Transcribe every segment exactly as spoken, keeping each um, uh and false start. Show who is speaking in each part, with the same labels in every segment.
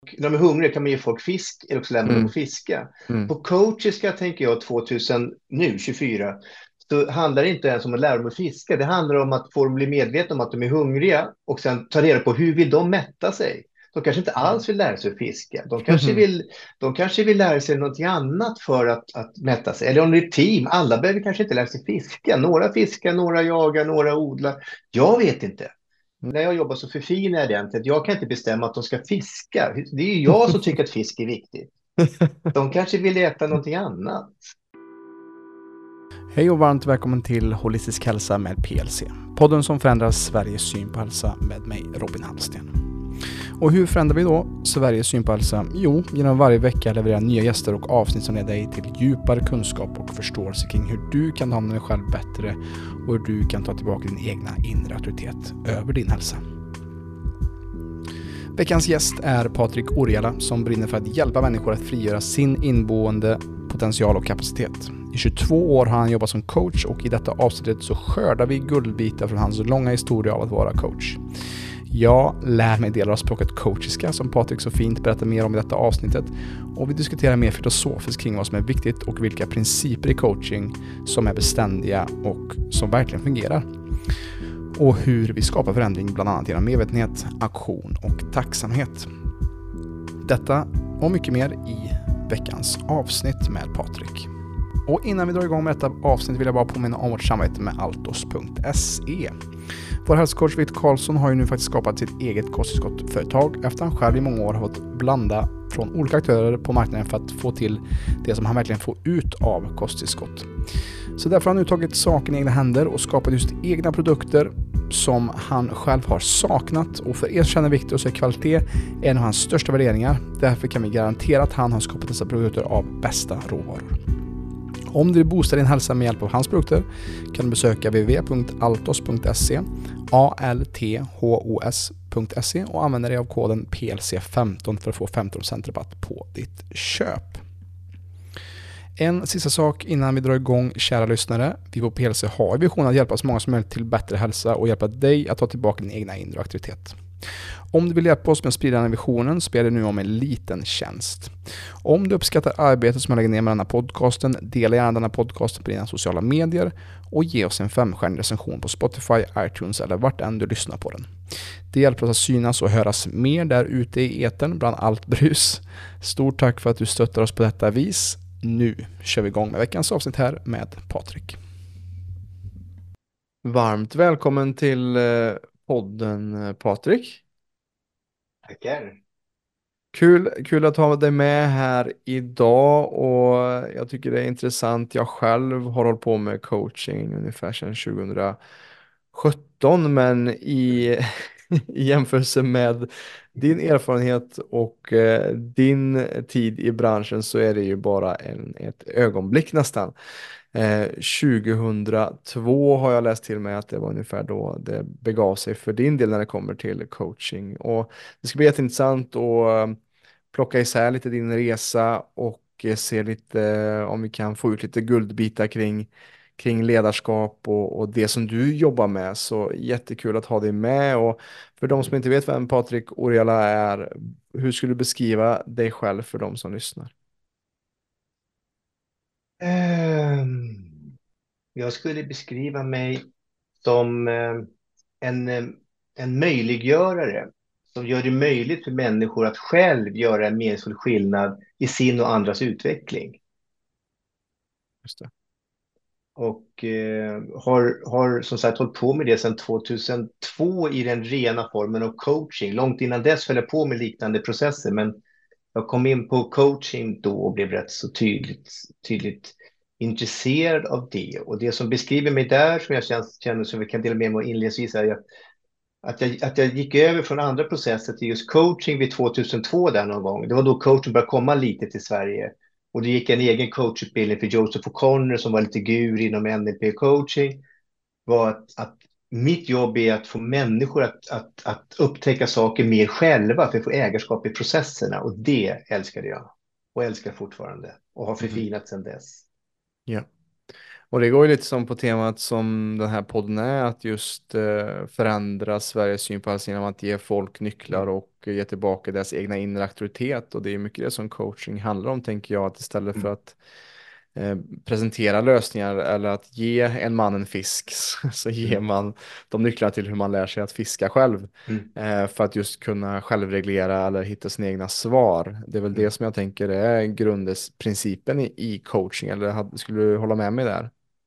Speaker 1: När de är hungriga kan man ge folk fisk eller också lämna dem
Speaker 2: Mm,
Speaker 1: att fiska.
Speaker 2: mm,
Speaker 1: På coachiska tänker jag tvåtusen, nu tjugofyra, så handlar det inte ens om att lära dem att fiska. Det handlar om att få dem bli medvetna om att de är hungriga och sen ta reda på hur vill de mätta sig. De kanske inte alls vill lära sig att fiska. De kanske
Speaker 2: mm.
Speaker 1: vill, de kanske vill lära sig någonting annat för att, att mätta sig. Eller om det är ett team, alla behöver kanske inte lära sig fiska. Några fiskar, några jagar, några odlar. Jag vet inte. När jag jobbar så förfinar jag den till att jag kan inte bestämma att de ska fiska. Det är ju jag som tycker att fisk är viktigt. De kanske vill äta någonting annat.
Speaker 2: Hej och varmt välkommen till Holistisk hälsa med P L C. Podden som förändrar Sveriges syn på hälsa med mig, Robin Hallsten. Och hur förändrar vi då Sveriges syn på hälsa? Jo, genom varje vecka levererar nya gäster och avsnitt som leder dig till djupare kunskap och förståelse kring hur du kan hamna dig själv bättre och hur du kan ta tillbaka din egna inre auktoritet över din hälsa. Veckans gäst är Patrik Orjala som brinner för att hjälpa människor att frigöra sin inboende potential och kapacitet. I tjugotvå år har han jobbat som coach och i detta avsnittet så skördar vi guldbitar från hans långa historia av att vara coach. Jag lär mig delar av språket coachiska som Patrik så fint berättar mer om i detta avsnittet och vi diskuterar mer filosofiskt kring vad som är viktigt och vilka principer i coaching som är beständiga och som verkligen fungerar. Och hur vi skapar förändring bland annat genom medvetenhet, aktion och tacksamhet. Detta och mycket mer i veckans avsnitt med Patrik. Och innan vi drar igång med detta avsnitt vill jag bara påminna om vårt samarbete med Altos punkt se. Vår hälsocoach Victor Karlsson har ju nu faktiskt skapat sitt eget kosttillskottföretag efter han själv i många år har fått blanda från olika aktörer på marknaden för att få till det som han verkligen får ut av kosttillskott. Så därför har han nu tagit saken i egna händer och skapat just egna produkter som han själv har saknat. Och för er som känner Victor så är kvalitet en av hans största värderingar. Därför kan vi garantera att han har skapat dessa produkter av bästa råvaror. Om du vill boosta din hälsa med hjälp av hans produkter kan du besöka w w w punkt altos punkt se a l t h o s punkt se och använda dig av koden P L C femton för att få femton procent rabatt på ditt köp. En sista sak innan vi drar igång, kära lyssnare. Vi på P L C har visionen att hjälpa så många som möjligt till bättre hälsa och hjälpa dig att ta tillbaka din egna inre auktoritet. Om du vill hjälpa oss med att sprida den här visionen så ber jag nu om en liten tjänst. Om du uppskattar arbetet som jag lägger ner med denna podcasten, dela gärna denna podcasten på dina sociala medier och ge oss en femstjärnig recension på Spotify, iTunes eller vart än du lyssnar på den. Det hjälper oss att synas och höras mer där ute i etern bland allt brus. Stort tack för att du stöttar oss på detta vis. Nu kör vi igång med veckans avsnitt här med Patrik. Varmt välkommen till podden Patrik.
Speaker 1: Tackar.
Speaker 2: Kul, kul att ha dig med här idag och jag tycker det är intressant. Jag själv har hållit på med coaching ungefär sedan tjugosjutton men i, i jämförelse med din erfarenhet och eh, din tid i branschen så är det ju bara en, ett ögonblick nästan. Eh, tjugohundratvå har jag läst till mig att det var ungefär då det begav sig för din del när det kommer till coaching. Och det ska bli jätteintressant att eh, plocka isär lite din resa och eh, se lite eh, om vi kan få ut lite guldbitar kring, kring ledarskap och, och det som du jobbar med. Så jättekul att ha dig med. Och för de som inte vet vem Patrik Orjala är, hur skulle du beskriva dig själv för de som lyssnar?
Speaker 1: Ehm, jag skulle beskriva mig som eh, en, eh, en möjliggörare som gör det möjligt för människor att själv göra en meningsfull skillnad i sin och andras utveckling.
Speaker 2: Just det.
Speaker 1: Och eh, har, har som sagt hållit på med det sedan tvåtusentvå i den rena formen av coaching. Långt innan dess höll jag på med liknande processer, men jag kom in på coaching då och blev rätt så tydligt, tydligt intresserad av det. Och det som beskriver mig där, som jag känner, känner som vi kan dela med mig inledningsvis, är att att jag, att jag gick över från andra processer till just coaching vid tvåtusentvå där någon gång. Det var då coaching började komma lite till Sverige. Och det gick en egen coachutbildning för Joseph O'Connor som var lite gur inom N L P-coaching. Var att, att mitt jobb är att få människor att, att, att upptäcka saker mer själva för att få ägarskap i processerna. Och det älskade jag. Och älskar fortfarande. Och har
Speaker 2: Mm.
Speaker 1: förfinat sedan dess.
Speaker 2: Ja. Och det går ju lite som på temat som den här podden är, att just eh, förändra Sveriges syn på hälsa genom att ge folk nycklar
Speaker 1: Mm,
Speaker 2: och ge tillbaka deras egna inre auktoritet. Och det är mycket det som coaching handlar om, tänker jag, att istället för
Speaker 1: mm,
Speaker 2: att eh, presentera lösningar eller att ge en man en fisk så ger
Speaker 1: mm,
Speaker 2: man de nycklarna till hur man lär sig att fiska själv.
Speaker 1: mm,
Speaker 2: Eh, för att just kunna självreglera eller hitta sina egna svar. Det är väl det
Speaker 1: mm.
Speaker 2: som jag tänker är grundprincipen i, i coaching, eller hade- skulle du hålla med mig där?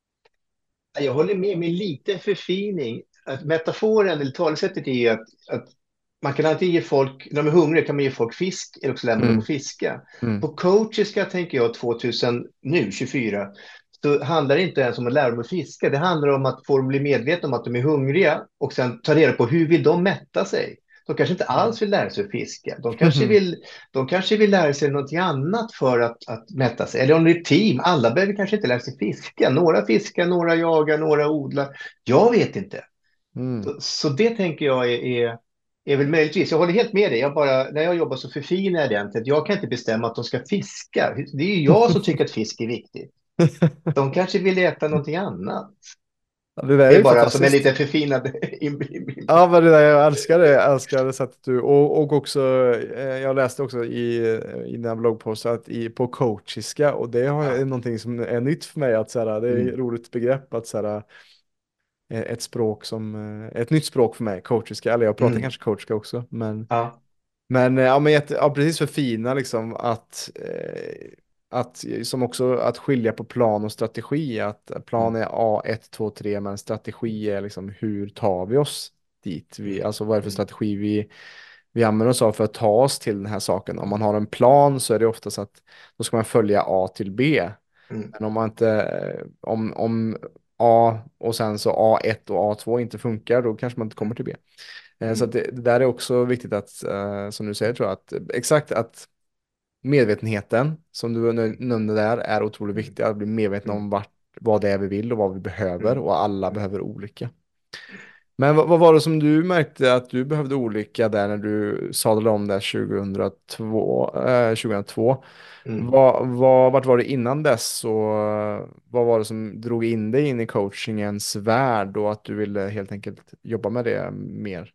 Speaker 1: Jag håller med med en liten förfining. Att metaforen eller talesättet är ju att, att man kan alltid ge folk, när de är hungriga kan man ge folk fisk eller också lämna dem
Speaker 2: Mm,
Speaker 1: att fiska.
Speaker 2: mm,
Speaker 1: På coachiska tänker jag tvåtusen, nu tjugofyra, så handlar det inte ens om att lära dem att fiska. Det handlar om att få dem att bli medvetna om att de är hungriga och sen ta reda på hur vill de mätta sig. De kanske inte alls vill lära sig att fiska. De kanske
Speaker 2: mm.
Speaker 1: vill, de kanske vill lära sig någonting annat för att, att mätta sig. Eller om det är ett team, alla behöver kanske inte lära sig fiska. Några fiskar, några jagar, några odlar. Jag vet inte.
Speaker 2: Mm.
Speaker 1: Så, så det tänker jag är, är, är väl möjligtvis. Jag håller helt med dig. Jag bara, när jag jobbar så förfinar jag det. Att jag kan inte bestämma att de ska fiska. Det är ju jag som tycker att fisk är viktigt. De kanske vill äta någonting annat.
Speaker 2: Ja, det där är
Speaker 1: Det är
Speaker 2: ju
Speaker 1: bara som en
Speaker 2: fantastiskt.
Speaker 1: lite förfinad inblick.
Speaker 2: Ja, men det där, jag älskar det. Jag älskar det sättet du... Och, och också, eh, jag läste också i, i den här bloggposten att i, på coachiska, och det har, är
Speaker 1: Ja.
Speaker 2: någonting som är nytt för mig, att så här, det är ett
Speaker 1: Mm.
Speaker 2: roligt begrepp, att så här, eh, ett språk som, eh, ett nytt språk för mig, coachiska, eller jag pratar
Speaker 1: Mm.
Speaker 2: kanske coachiska också, men
Speaker 1: Ja.
Speaker 2: Men, eh, ja, men jätte, ja, precis för fina liksom att, eh, att, som också att skilja på plan och strategi. Att plan
Speaker 1: Mm.
Speaker 2: är A ett, två, tre, men strategi är liksom hur tar vi oss dit? Vi,
Speaker 1: Mm.
Speaker 2: alltså vad är det för
Speaker 1: Mm.
Speaker 2: strategi vi, vi använder oss av för att ta oss till den här saken. Om man har en plan så är det oftast att då ska man följa A till B.
Speaker 1: Mm.
Speaker 2: Men om man inte, eh, om, om A och sen så A ett och A två inte funkar, då kanske man inte kommer till B. Eh, Så att
Speaker 1: Mm.
Speaker 2: det, det där är också viktigt att, eh, som du säger tror jag, att exakt att medvetenheten som du nö- nämnde där är otroligt
Speaker 1: Mm.
Speaker 2: viktig. Att bli medveten
Speaker 1: Mm.
Speaker 2: om vart, vad det är vi vill och vad vi behöver,
Speaker 1: Mm.
Speaker 2: och alla
Speaker 1: Mm.
Speaker 2: behöver olika. Men vad, vad var det som du märkte att du behövde olika där när du sadlade om där tjugohundratvå? Eh, tjugohundratvå?
Speaker 1: Mm.
Speaker 2: Vad, vad, vart var det innan dess, och eh, vad var det som drog in dig in i coachingens värld och att du ville helt enkelt jobba med det mer?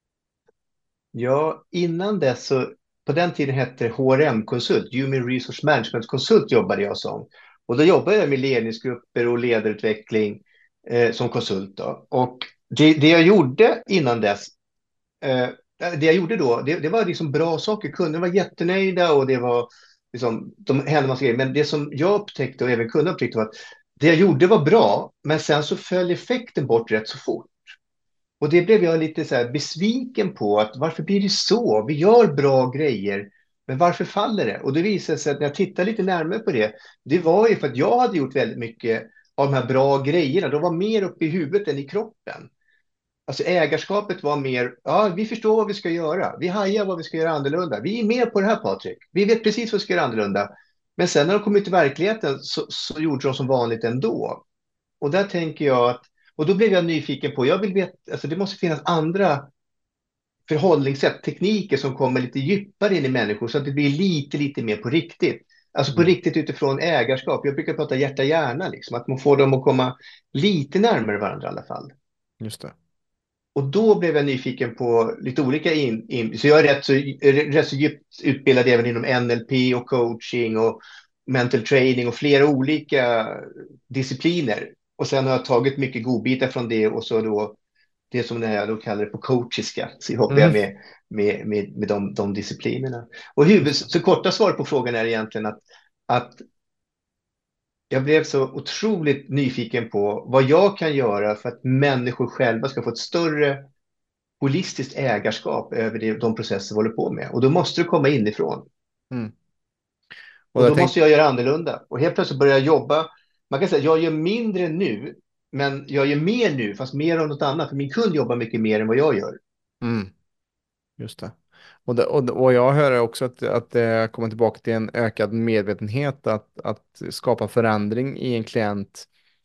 Speaker 1: Ja, innan dess så, på den tiden hette det H R M-konsult, Human Resource Management-konsult jobbade jag som. Och då jobbade jag med ledningsgrupper och ledarutveckling eh, som konsult då. Och det, det jag gjorde innan dess, eh, det jag gjorde då, det, det var liksom bra saker. Kunderna var jättenöjda och det var liksom, de hände massa grejer. Men det som jag upptäckte och även kunderna upptäckte var att det jag gjorde var bra, men sen så föll effekten bort rätt så fort. Och det blev jag lite så här besviken på, att varför blir det så? Vi gör bra grejer, men varför faller det? Och det visade sig att när jag tittar lite närmare på det, det var ju för att jag hade gjort väldigt mycket av de här bra grejerna. De var mer uppe i huvudet än i kroppen. Alltså ägarskapet var mer, ja, vi förstår vad vi ska göra. Vi hajar vad vi ska göra annorlunda. Vi är med på det här, Patrik. Vi vet precis vad vi ska göra annorlunda. Men sen när de kom ut i verkligheten så, så gjorde de som vanligt ändå. Och där tänker jag att, och då blev jag nyfiken på, jag vill veta, alltså det måste finnas andra förhållningssätt, tekniker som kommer lite djupare in i människor så att det blir lite, lite mer på riktigt. Alltså på
Speaker 2: Mm,
Speaker 1: riktigt utifrån ägarskap. Jag brukar prata hjärta-hjärna, liksom, att man får dem att komma lite närmare varandra i alla fall.
Speaker 2: just det.
Speaker 1: Och då blev jag nyfiken på lite olika in, in så jag är rätt så, rätt så djupt utbildad även inom N L P och coaching och mental training och flera olika discipliner. Och sen har jag tagit mycket godbitar från det och så då det som jag då kallar det på coachiska. Så hoppar jag
Speaker 2: Mm,
Speaker 1: med, med, med, med de, de disciplinerna. Och huvud,
Speaker 2: just det.
Speaker 1: så korta svar på frågan är egentligen att, att jag blev så otroligt nyfiken på vad jag kan göra för att människor själva ska få ett större holistiskt ägarskap över det, de processer vi håller på med. Och då måste det komma inifrån.
Speaker 2: Mm. Och
Speaker 1: Och
Speaker 2: jag
Speaker 1: då
Speaker 2: tänkte,
Speaker 1: måste jag göra annorlunda. Och helt plötsligt börjar jag jobba. Man kan säga att jag gör mindre nu, men jag gör mer nu, fast mer av något annat. För min kund jobbar mycket mer än vad jag gör.
Speaker 2: mm, just det. Och, det, och, och jag hör också att, att det kommer tillbaka till en ökad medvetenhet att, att skapa förändring i en klient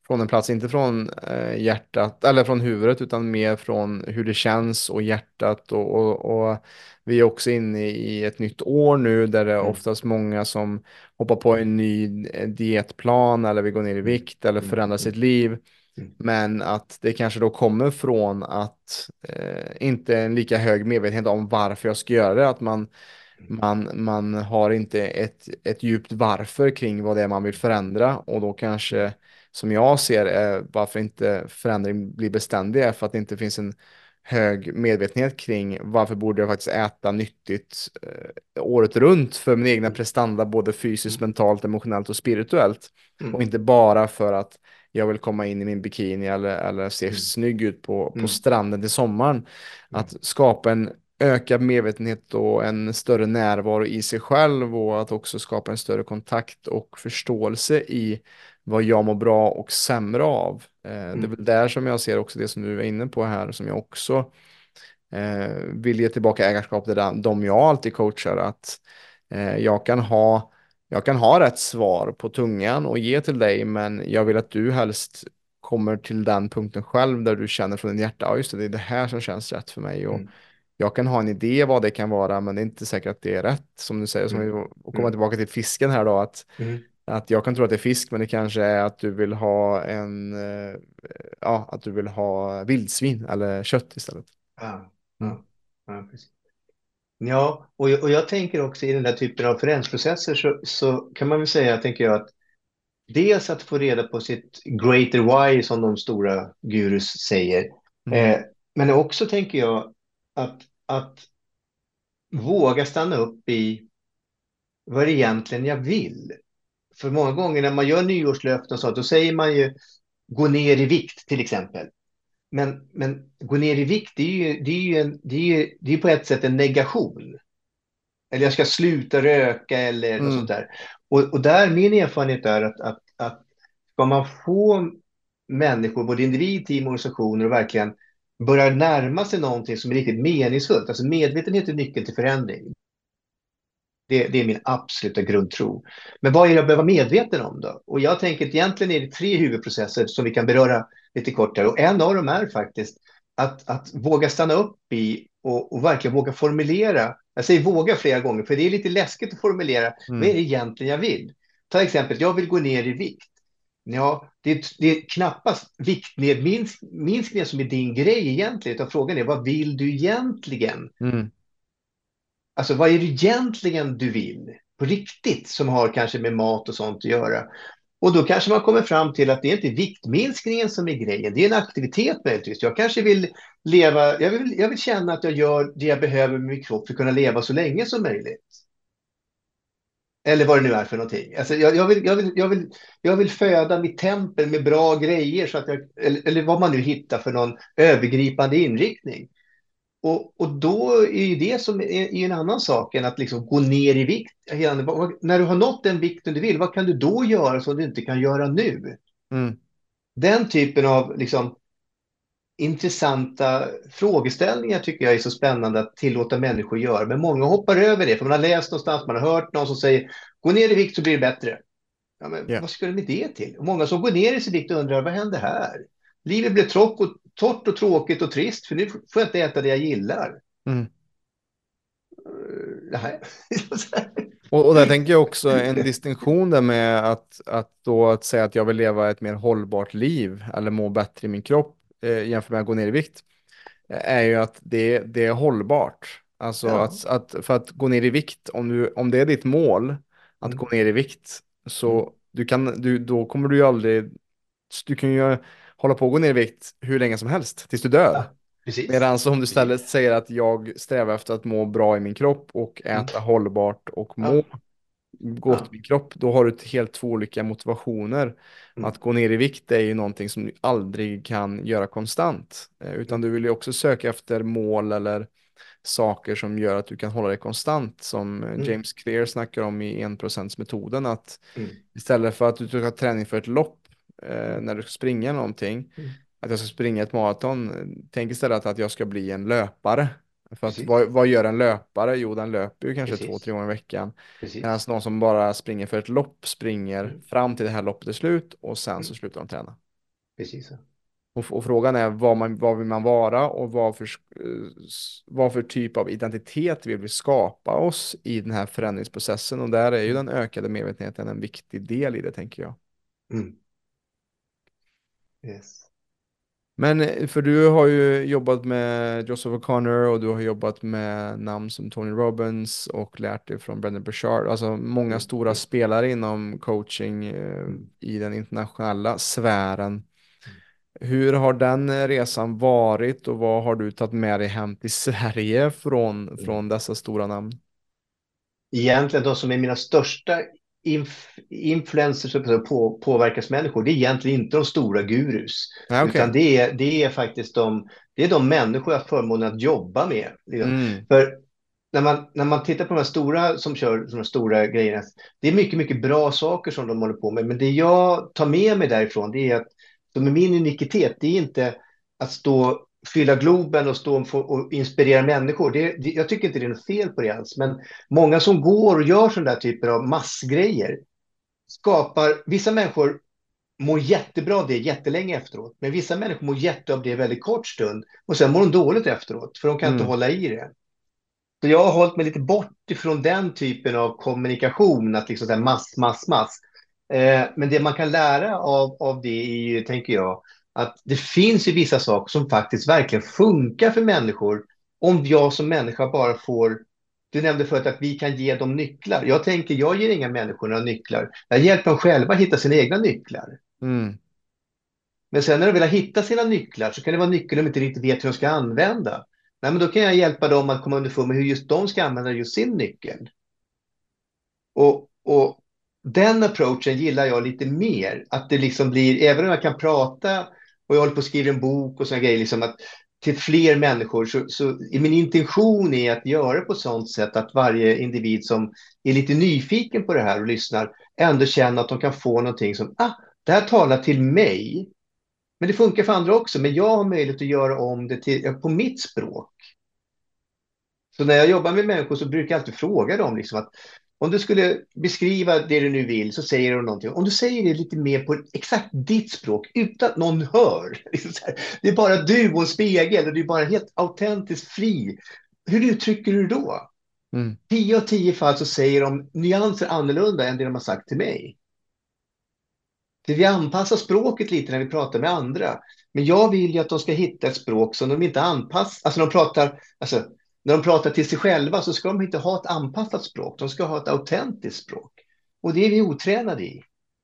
Speaker 2: från en plats, inte från eh, hjärtat eller från huvudet, utan mer från hur det känns och hjärtat. Och, och, och vi är också inne i ett nytt år nu där det är
Speaker 1: Mm,
Speaker 2: oftast många som hoppar på en ny eh, dietplan eller vill gå ner i
Speaker 1: mm,
Speaker 2: vikt eller
Speaker 1: mm,
Speaker 2: förändra
Speaker 1: mm,
Speaker 2: sitt liv.
Speaker 1: mm,
Speaker 2: Men att det kanske då kommer från att eh, inte en lika hög medvetenhet om varför jag ska göra det. Att man, man, man har inte ett, ett djupt varför kring vad det är man vill förändra. Och då kanske, som jag ser eh, varför inte förändring blir beständig är för att det inte finns en hög medvetenhet kring varför borde jag faktiskt äta nyttigt eh, året runt för min egna
Speaker 1: mm,
Speaker 2: prestanda, både fysiskt,
Speaker 1: mm,
Speaker 2: mentalt, emotionellt och spirituellt. Och
Speaker 1: mm,
Speaker 2: inte bara för att jag vill komma in i min bikini eller, eller se
Speaker 1: mm,
Speaker 2: snygg ut på, på
Speaker 1: mm,
Speaker 2: stranden till sommaren.
Speaker 1: mm,
Speaker 2: Att skapa en ökad medvetenhet och en större närvaro i sig själv och att också skapa en större kontakt och förståelse i vad jag mår bra och sämre av. Eh, det är
Speaker 1: mm,
Speaker 2: väl där som jag ser också det som du är inne på här, som jag också eh, vill ge tillbaka ägarskap till de, de jag alltid coachar, att eh, jag kan ha jag kan ha rätt svar på tungan och ge till dig, men jag vill att du helst kommer till den punkten själv där du känner från din hjärta, ja just det, det är det här som känns rätt för mig. Och
Speaker 1: mm,
Speaker 2: jag kan ha en idé vad det kan vara, men det är inte säkert att det är rätt, som du säger. Som vi,
Speaker 1: mm,
Speaker 2: och komma
Speaker 1: mm,
Speaker 2: tillbaka till fisken här då, att,
Speaker 1: mm.
Speaker 2: att jag kan tro att det är fisk, men det kanske är att du vill ha en, eh, ja, att du vill ha vildsvin eller kött istället.
Speaker 1: Ja,
Speaker 2: Mm.
Speaker 1: ja, ja, precis. Ja, och jag, och jag tänker också i den där typen av förändringsprocesser så, så kan man väl säga, tänker jag, att dels att få reda på sitt greater why som de stora gurus säger.
Speaker 2: Mm.
Speaker 1: Eh, men också tänker jag att, att våga stanna upp i vad är det egentligen jag vill. För många gånger när man gör nyårslöften och sånt, då säger man ju gå ner i vikt till exempel. Men, men gå ner i vikt, det är ju, det är ju, en, det är ju det är på ett sätt en negation. Eller jag ska sluta röka eller något sånt
Speaker 2: Mm.
Speaker 1: där. Och, och där min erfarenhet är att, att, att ska man få människor, både individ, team och organisationer, att verkligen börja närma sig någonting som är riktigt meningsfullt. Alltså medvetenhet är nyckeln till förändring. Det, det är min absoluta grundtro. Men vad är det jag behöver vara medveten om då? Och jag tänker att egentligen är det tre huvudprocesser som vi kan beröra lite kort här. Och en av dem är faktiskt att, att våga stanna upp i och, och verkligen våga formulera. Jag säger våga flera gånger, för det är lite läskigt att formulera. Vad är
Speaker 2: Mm.
Speaker 1: det egentligen jag vill? Ta exempel, jag vill gå ner i vikt. Ja, det är, det är knappast viktnedminskning som är din grej egentligen, utan frågan är vad vill du egentligen?
Speaker 2: Mm.
Speaker 1: Alltså vad är det egentligen du vill på riktigt som har kanske med mat och sånt att göra? Och då kanske man kommer fram till att det är inte viktminskningen som är grejen, det är en aktivitet möjligtvis. Jag kanske vill leva, jag vill, jag vill känna att jag gör det jag behöver med min kropp för att kunna leva så länge som möjligt. Eller vad det nu är för någonting. Alltså jag, jag, vill, jag, vill, jag, vill, jag vill föda mitt tempel med bra grejer, så att jag, eller, eller vad man nu hittar för någon övergripande inriktning. Och, och då är ju det som är, är en annan sak än att liksom gå ner i vikt. När du har nått den vikten du vill, vad kan du då göra som du inte kan göra nu?
Speaker 2: Mm.
Speaker 1: Den typen av liksom, intressanta frågeställningar tycker jag är så spännande att tillåta människor göra. Men många hoppar över det, för man har läst någonstans, man har hört någon som säger gå ner i vikt så blir det bättre. Ja, men
Speaker 2: Yeah.
Speaker 1: vad ska du med det till? Och många som går ner i sin vikt undrar, vad händer här? Livet blir tråkigt och, torrt och tråkigt och trist, för nu får jag inte äta det jag gillar.
Speaker 2: Mm.
Speaker 1: Nej.
Speaker 2: Och, och där tänker jag också en distinktion där med att, att då att säga att jag vill leva ett mer hållbart liv eller må bättre i min kropp eh, jämfört med att gå ner i vikt, eh, är ju att det, det är hållbart. Alltså
Speaker 1: Ja.
Speaker 2: att, att för att gå ner i vikt, om, du, om det är ditt mål att
Speaker 1: Mm.
Speaker 2: gå ner i vikt,
Speaker 1: Mm.
Speaker 2: så du kan, du, då kommer du ju aldrig, du kan ju hålla på att gå ner i vikt hur länge som helst tills du dör.
Speaker 1: Ja, precis.
Speaker 2: Medan om du istället
Speaker 1: Precis.
Speaker 2: säger att jag strävar efter att må bra i min kropp och
Speaker 1: Mm.
Speaker 2: äta hållbart och må
Speaker 1: Ja.
Speaker 2: gott i
Speaker 1: Ja.
Speaker 2: min kropp, då har du ett helt två olika motivationer.
Speaker 1: Mm.
Speaker 2: Att gå ner i vikt är ju någonting som du aldrig kan göra konstant. Eh, Utan
Speaker 1: Mm.
Speaker 2: du vill ju också söka efter mål eller saker som gör att du kan hålla dig konstant. Som eh,
Speaker 1: Mm.
Speaker 2: James Clear snackar om i en metoden, att
Speaker 1: Mm.
Speaker 2: istället för att du ska ha träning för ett lopp eh, när du ska springa någonting,
Speaker 1: Mm.
Speaker 2: att jag ska springa ett maraton, tänk istället att jag ska bli en löpare. För att
Speaker 1: Precis.
Speaker 2: vad, vad gör en löpare? Jo, den löper ju kanske två, tre
Speaker 1: Precis.
Speaker 2: gånger i veckan. Medan
Speaker 1: Precis.
Speaker 2: någon som bara springer för ett lopp springer
Speaker 1: Mm.
Speaker 2: fram till det här loppet är slut och sen så
Speaker 1: Mm.
Speaker 2: slutar de träna.
Speaker 1: precis så.
Speaker 2: Och, och frågan är vad, man, vad vill man vara och vad för, eh, s- vad för typ av identitet vi vill skapa oss i den här förändringsprocessen. Och där är ju
Speaker 1: Mm.
Speaker 2: den ökade medvetenheten en viktig del i det, tänker jag.
Speaker 1: Mm. Yes.
Speaker 2: Men eh, för du har ju jobbat med Joseph O'Connor och du har jobbat med namn som Tony Robbins och lärt dig från Brendan Burchard. Alltså många
Speaker 1: Mm.
Speaker 2: stora
Speaker 1: Mm.
Speaker 2: spelare inom coaching eh,
Speaker 1: Mm.
Speaker 2: i den internationella sfären.
Speaker 1: Mm.
Speaker 2: Hur har den resan varit och vad har du tagit med dig hem till Sverige från,
Speaker 1: Mm.
Speaker 2: från dessa stora namn?
Speaker 1: Egentligen de som är mina största inf influencers och på, påverkansmänniskor, det är egentligen inte de stora gurus,
Speaker 2: Nej,
Speaker 1: utan
Speaker 2: okej.
Speaker 1: det är, det är faktiskt de, det är de människor jag har förmånen att jobba med. Liksom.
Speaker 2: Mm.
Speaker 1: För när man, när man tittar på de här stora som kör de här stora grejerna, det är mycket, mycket bra saker som de håller på med. Men det jag tar med mig därifrån, det är att de är min unikitet, det är inte att stå fylla Globen och stå och, få, och inspirera människor. Det, det, jag tycker inte det är något fel på det alls. Men många som går och gör sådana där typer av massgrejer skapar, vissa människor mår jättebra av det jättelänge efteråt. Men vissa människor mår jätte av det väldigt kort stund. Och sen mår de dåligt efteråt, för de kan inte
Speaker 2: Mm.
Speaker 1: hålla i det. Så jag har hållit mig lite bort ifrån den typen av kommunikation, att liksom säga mass, mass, mass. Eh, men det man kan lära av, av det är ju, tänker jag, att det finns ju vissa saker som faktiskt verkligen funkar för människor om jag som människa bara får. Du nämnde förut att vi kan ge dem nycklar. Jag tänker, jag ger inga människor några nycklar. Jag hjälper dem själva att hitta sina egna nycklar.
Speaker 2: Mm.
Speaker 1: Men sen när de vill hitta sina nycklar så kan det vara nycklar de inte riktigt vet hur de ska använda. Nej, men då kan jag hjälpa dem att komma underfund med hur just de ska använda just sin nyckel. Och, och den approachen gillar jag lite mer. Att det liksom blir, även om jag kan prata och jag håller på att skriva en bok och såna grejer, liksom att till fler människor, så, så är min intention är att göra på ett sånt sätt att varje individ som är lite nyfiken på det här och lyssnar ändå känner att de kan få någonting som, ah, det här talar till mig. Men det funkar för andra också, men jag har möjlighet att göra om det till, på mitt språk. Så när jag jobbar med människor så brukar jag alltid fråga dem liksom att om du skulle beskriva det du nu vill så säger du någonting. Om du säger det lite mer på exakt ditt språk utan att någon hör. Liksom så här, det är bara du och en spegel och du är bara helt autentiskt fri. Hur uttrycker du då?
Speaker 2: Mm.
Speaker 1: Tio av tio fall så säger de nyanser annorlunda än det de har sagt till mig. Det vi anpassar språket lite när vi pratar med andra. Men jag vill ju att de ska hitta ett språk som de inte anpassar. Alltså, de pratar, alltså när de pratar till sig själva så ska de inte ha ett anpassat språk. De ska ha ett autentiskt språk. Och det är vi otränade i.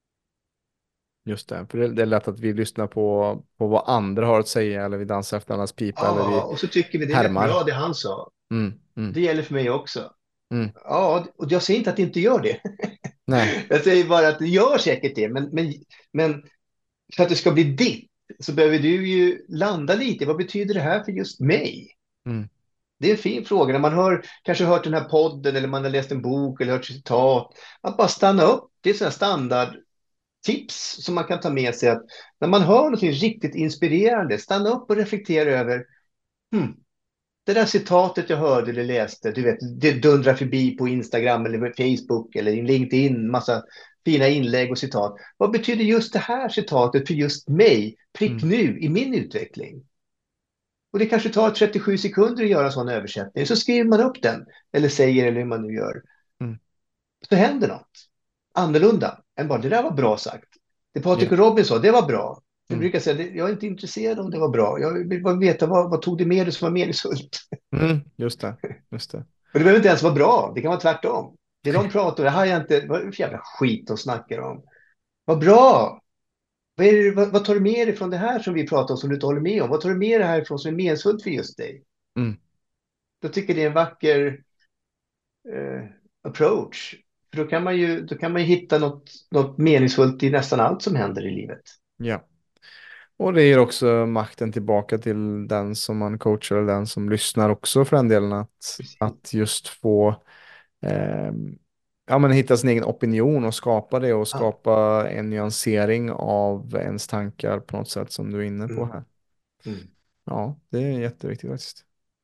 Speaker 2: Just det, för det, det är lätt att vi lyssnar på, på vad andra har att säga eller vi dansar efter andras pipa eller
Speaker 1: Ja,
Speaker 2: vi
Speaker 1: och så tycker vi det lät
Speaker 2: härmar.
Speaker 1: bra det han sa.
Speaker 2: Mm. Mm.
Speaker 1: Det gäller för mig också.
Speaker 2: Mm.
Speaker 1: Ja, och jag säger inte att det inte gör det.
Speaker 2: Nej.
Speaker 1: Jag säger bara att det gör säkert det. Men, men, men för att det ska bli ditt så behöver du ju landa lite. Vad betyder det här för just mig?
Speaker 2: Mm.
Speaker 1: Det är en fin fråga. När man hör, kanske hört den här podden eller man har läst en bok eller hört citat. Att bara stanna upp. Det är sådana standardtips som man kan ta med sig. Att när man hör något riktigt inspirerande, stanna upp och reflektera över. Hmm, det där citatet jag hörde eller läste, du vet, det dundrar förbi på Instagram eller Facebook eller i LinkedIn, massa fina inlägg och citat. Vad betyder just det här citatet för just mig, prick
Speaker 2: Mm.
Speaker 1: nu i min utveckling? Och det kanske tar trettiosju sekunder att göra en sån översättning. Så skriver man upp den, eller säger, eller hur man nu gör.
Speaker 2: Mm.
Speaker 1: Så händer något annorlunda än bara det där var bra sagt. Det Patrik
Speaker 2: Yeah.
Speaker 1: och Robin sa, det var bra. Jag
Speaker 2: Mm.
Speaker 1: brukar säga, det- jag är inte intresserad om det var bra. Jag vill bara veta vad, vad tog det med dig som var meningsfullt.
Speaker 2: Mm. Just det, just det.
Speaker 1: Och det behöver inte ens vara bra, det kan vara tvärtom. Det de pratar om, det har jag inte, vad är det för jävla skit de snackar om? Vad bra! Vad, är det, vad, vad tar du med dig från det här som vi pratar om som du inte håller med om? Vad tar du med dig härifrån som är meningsfullt för just dig?
Speaker 2: Mm.
Speaker 1: Jag tycker det är en vacker eh, approach. För då kan man ju, då kan man ju hitta något, något meningsfullt i nästan allt som händer i livet.
Speaker 2: Ja. Och det ger också makten tillbaka till den som man coachar eller den som lyssnar också för den delen att,
Speaker 1: Precis.
Speaker 2: att just få eh, ja, men hitta sin egen opinion och skapa det och
Speaker 1: Ja.
Speaker 2: skapa en nyansering av ens tankar på något sätt som du är inne på
Speaker 1: Mm,
Speaker 2: här.
Speaker 1: mm.
Speaker 2: Ja, det är jätteviktigt faktiskt.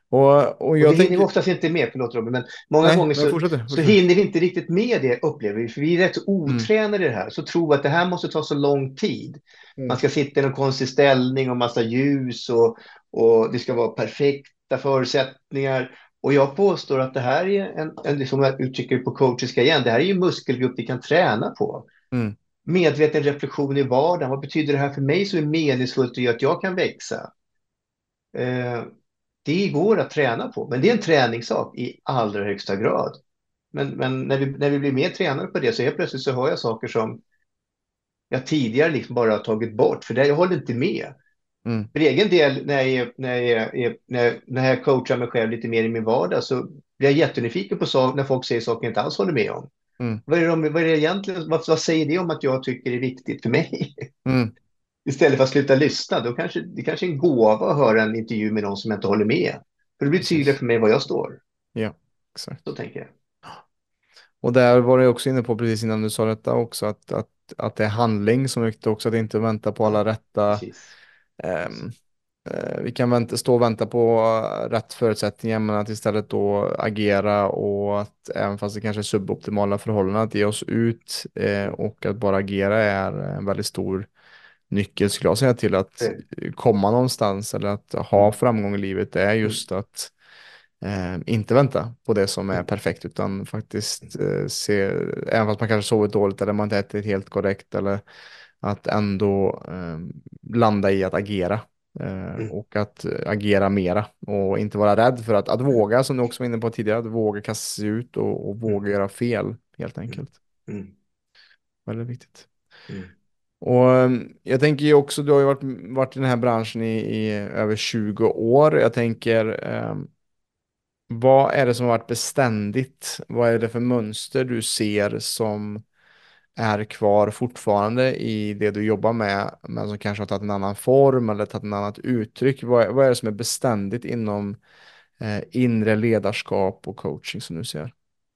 Speaker 2: Och, och
Speaker 1: Och det
Speaker 2: jag
Speaker 1: hinner vi
Speaker 2: tänker,
Speaker 1: oftast inte med, förlåt Robin, men många
Speaker 2: nej,
Speaker 1: gånger
Speaker 2: men
Speaker 1: så,
Speaker 2: fortsätter,
Speaker 1: så
Speaker 2: fortsätter.
Speaker 1: hinner vi inte riktigt med det, upplever vi. För vi är rätt så
Speaker 2: Mm,
Speaker 1: otränade i det här. Så tror att det här måste ta så lång tid. Man
Speaker 2: mm,
Speaker 1: ska sitta i någon konstig ställning och massa ljus och, och det ska vara perfekta förutsättningar. Och jag påstår att det här är en, en som jag uttrycker på coachiska igen, det här är ju en muskelgrupp vi kan träna på.
Speaker 2: mm,
Speaker 1: Medveten reflektion i vardagen. Vad betyder det här för mig som är meningsfullt och gör att jag kan växa? Eh, det går att träna på, men det är en träningssak i allra högsta grad. Men, men när vi, när vi blir mer tränade på det så helt plötsligt så hör jag saker som jag tidigare liksom bara har tagit bort, för det, jag håller inte med.
Speaker 2: mm,
Speaker 1: För egen del, när jag, när, jag, är- när, jag, när jag coachar mig själv lite mer i min vardag så blir jag jättenyfiken på sak, när folk säger saker jag inte alls håller med om.
Speaker 2: mm,
Speaker 1: Vad är det, de- vad är det egentligen, vad, vad säger det om att jag tycker det är viktigt för mig?
Speaker 2: mm.
Speaker 1: Istället för att sluta lyssna, då kanske det kanske är en gåva att höra en intervju med någon som jag inte håller med. För det blir tydligare
Speaker 2: Precis.
Speaker 1: för mig var jag står.
Speaker 2: Ja, exakt.
Speaker 1: Så tänker jag.
Speaker 2: Och där var du också inne på precis innan du sa detta också, att, att, att det är handling som är viktigt också, att inte vänta på alla
Speaker 1: Ja,
Speaker 2: rätta.
Speaker 1: precis.
Speaker 2: ehm, eh, vi kan vänta, stå och vänta på eh, rätt förutsättningar, men att istället då agera, och att även fast det kanske är suboptimala förhållanden, att ge oss ut eh, och att bara agera är en väldigt stor nyckel, skulle jag säga, till att
Speaker 1: Det-
Speaker 2: komma någonstans eller att ha
Speaker 1: Mm,
Speaker 2: framgång i livet. Det är
Speaker 1: mm,
Speaker 2: just att Eh, inte vänta på det som är
Speaker 1: mm,
Speaker 2: perfekt, utan faktiskt eh, se, även fast man kanske sovit dåligt eller man inte ätit helt korrekt, eller att ändå eh, landa i att agera eh,
Speaker 1: mm,
Speaker 2: och att eh, agera mera och inte vara rädd för att, att
Speaker 1: mm,
Speaker 2: våga, som du också var inne på tidigare, att våga kasta sig ut och, och
Speaker 1: mm,
Speaker 2: våga göra fel, helt
Speaker 1: mm,
Speaker 2: enkelt.
Speaker 1: mm,
Speaker 2: Väldigt viktigt.
Speaker 1: mm.
Speaker 2: Och eh, jag tänker ju också, du har ju varit, varit i den här branschen i, i över tjugo år. Jag tänker, eh, vad är det som har varit beständigt? Vad är det för mönster du ser som är kvar fortfarande i det du jobbar med, men som kanske har tagit en annan form eller tagit en annat uttryck? Vad är, vad är det som är beständigt inom eh, inre ledarskap och coaching som du ser?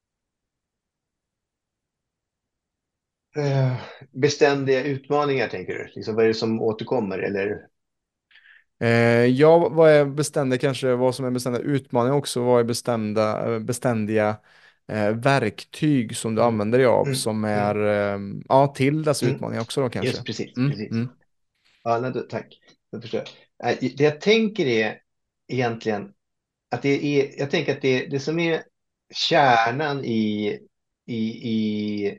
Speaker 1: Eh, beständiga utmaningar tänker du? Liksom, vad är det som återkommer? Eller?
Speaker 2: Eh, ja, vad är beständiga, kanske vad som är beständiga utmaningar också, vad är bestämda, eh, beständiga eh, verktyg som du
Speaker 1: Mm,
Speaker 2: använder dig av
Speaker 1: mm,
Speaker 2: som är
Speaker 1: mm,
Speaker 2: eh, ja, till dessa
Speaker 1: mm.
Speaker 2: utmaningar också då kanske?
Speaker 1: Just precis,
Speaker 2: Mm,
Speaker 1: precis.
Speaker 2: mm,
Speaker 1: Ja, nej, då, tack. Jag förstår. Nej, det jag tänker är egentligen att det är, jag tänker att det, det som är kärnan i, i, i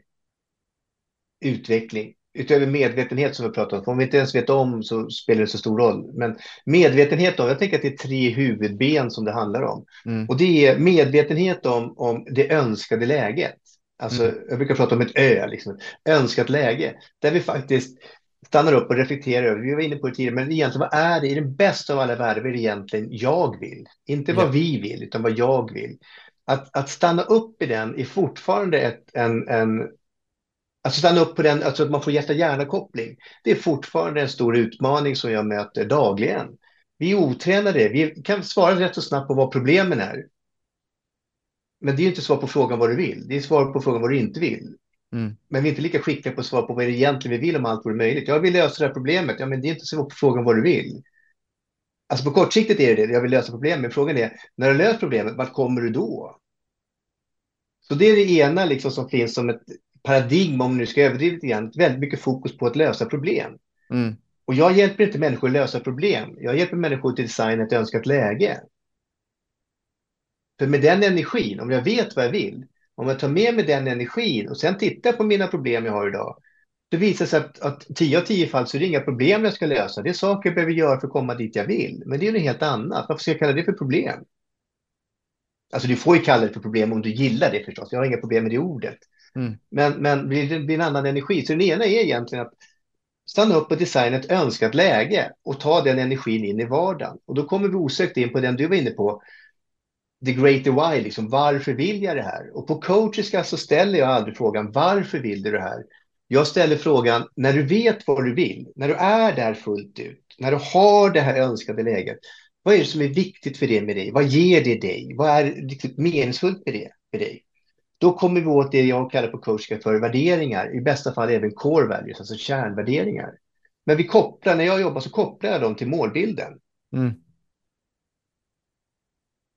Speaker 1: utveckling, utöver medvetenhet som vi pratar om, för om vi inte ens vet om så spelar det så stor roll. Men medvetenhet om, jag tänker att det är tre huvudben som det handlar om.
Speaker 2: mm,
Speaker 1: Och det är medvetenhet om, om det önskade läget. Alltså,
Speaker 2: mm.
Speaker 1: jag brukar prata om ett ö, liksom, ett önskat läge, där vi faktiskt stannar upp och reflekterar över, vi var inne på det tidigare, men egentligen vad är det i den bästa av alla världar, vad är det egentligen jag vill? Inte
Speaker 2: Ja.
Speaker 1: vad vi vill, utan vad jag vill. Att, att stanna upp i den är fortfarande ett, en, en Alltså stanna upp på den, alltså att man får hjärta-hjärna-koppling. Det är fortfarande en stor utmaning som jag möter dagligen. Vi är otränade, vi kan svara rätt så snabbt på vad problemen är. Men det är ju inte svar på frågan vad du vill, det är svar på frågan vad du inte vill.
Speaker 2: Mm,
Speaker 1: Men vi är inte lika skickliga på att svara på vad det egentligen vi vill om allt vore möjligt. Jag vill lösa det här problemet, ja men det är inte svar på frågan vad du vill. Alltså på kortsiktigt är det det, jag vill lösa problemet, men frågan är, när du löst problemet, vart kommer du då? Så det är det ena liksom som finns som ett paradigm, om du nu ska överdriva lite grann, väldigt mycket fokus på att lösa problem.
Speaker 2: mm,
Speaker 1: Och jag hjälper inte människor att lösa problem. Jag hjälper människor till designa ett önskat läge. För med den energin, om jag vet vad jag vill, om jag tar med mig den energin och sen tittar på mina problem jag har idag, då visar det sig att, att tio av tio fall så är det inga problem jag ska lösa. Det är saker jag behöver göra för att komma dit jag vill. Men det är något helt annat. Varför ska jag kalla det för problem? Alltså du får ju kalla det för problem om du gillar det förstås. Jag har inga problem med det ordet.
Speaker 2: mm,
Speaker 1: Men, men det blir en annan energi. Så den ena är egentligen att stanna upp och designa ett önskat läge och ta den energin in i vardagen. Och då kommer vi osökt in på den du var inne på, the greater why, liksom, varför vill jag det här? Och på coachiska så ställer jag aldrig frågan, varför vill du det här? Jag ställer frågan, när du vet vad du vill, när du är där fullt ut, när du har det här önskade läget, vad är det som är viktigt för det med dig? Vad ger det dig? Vad är riktigt meningsfullt med det för dig? Då kommer vi åt det jag kallar på coachska för värderingar, i bästa fall även core values, alltså kärnvärderingar. Men vi kopplar, när jag jobbar så kopplar jag dem till målbilden.
Speaker 2: mm.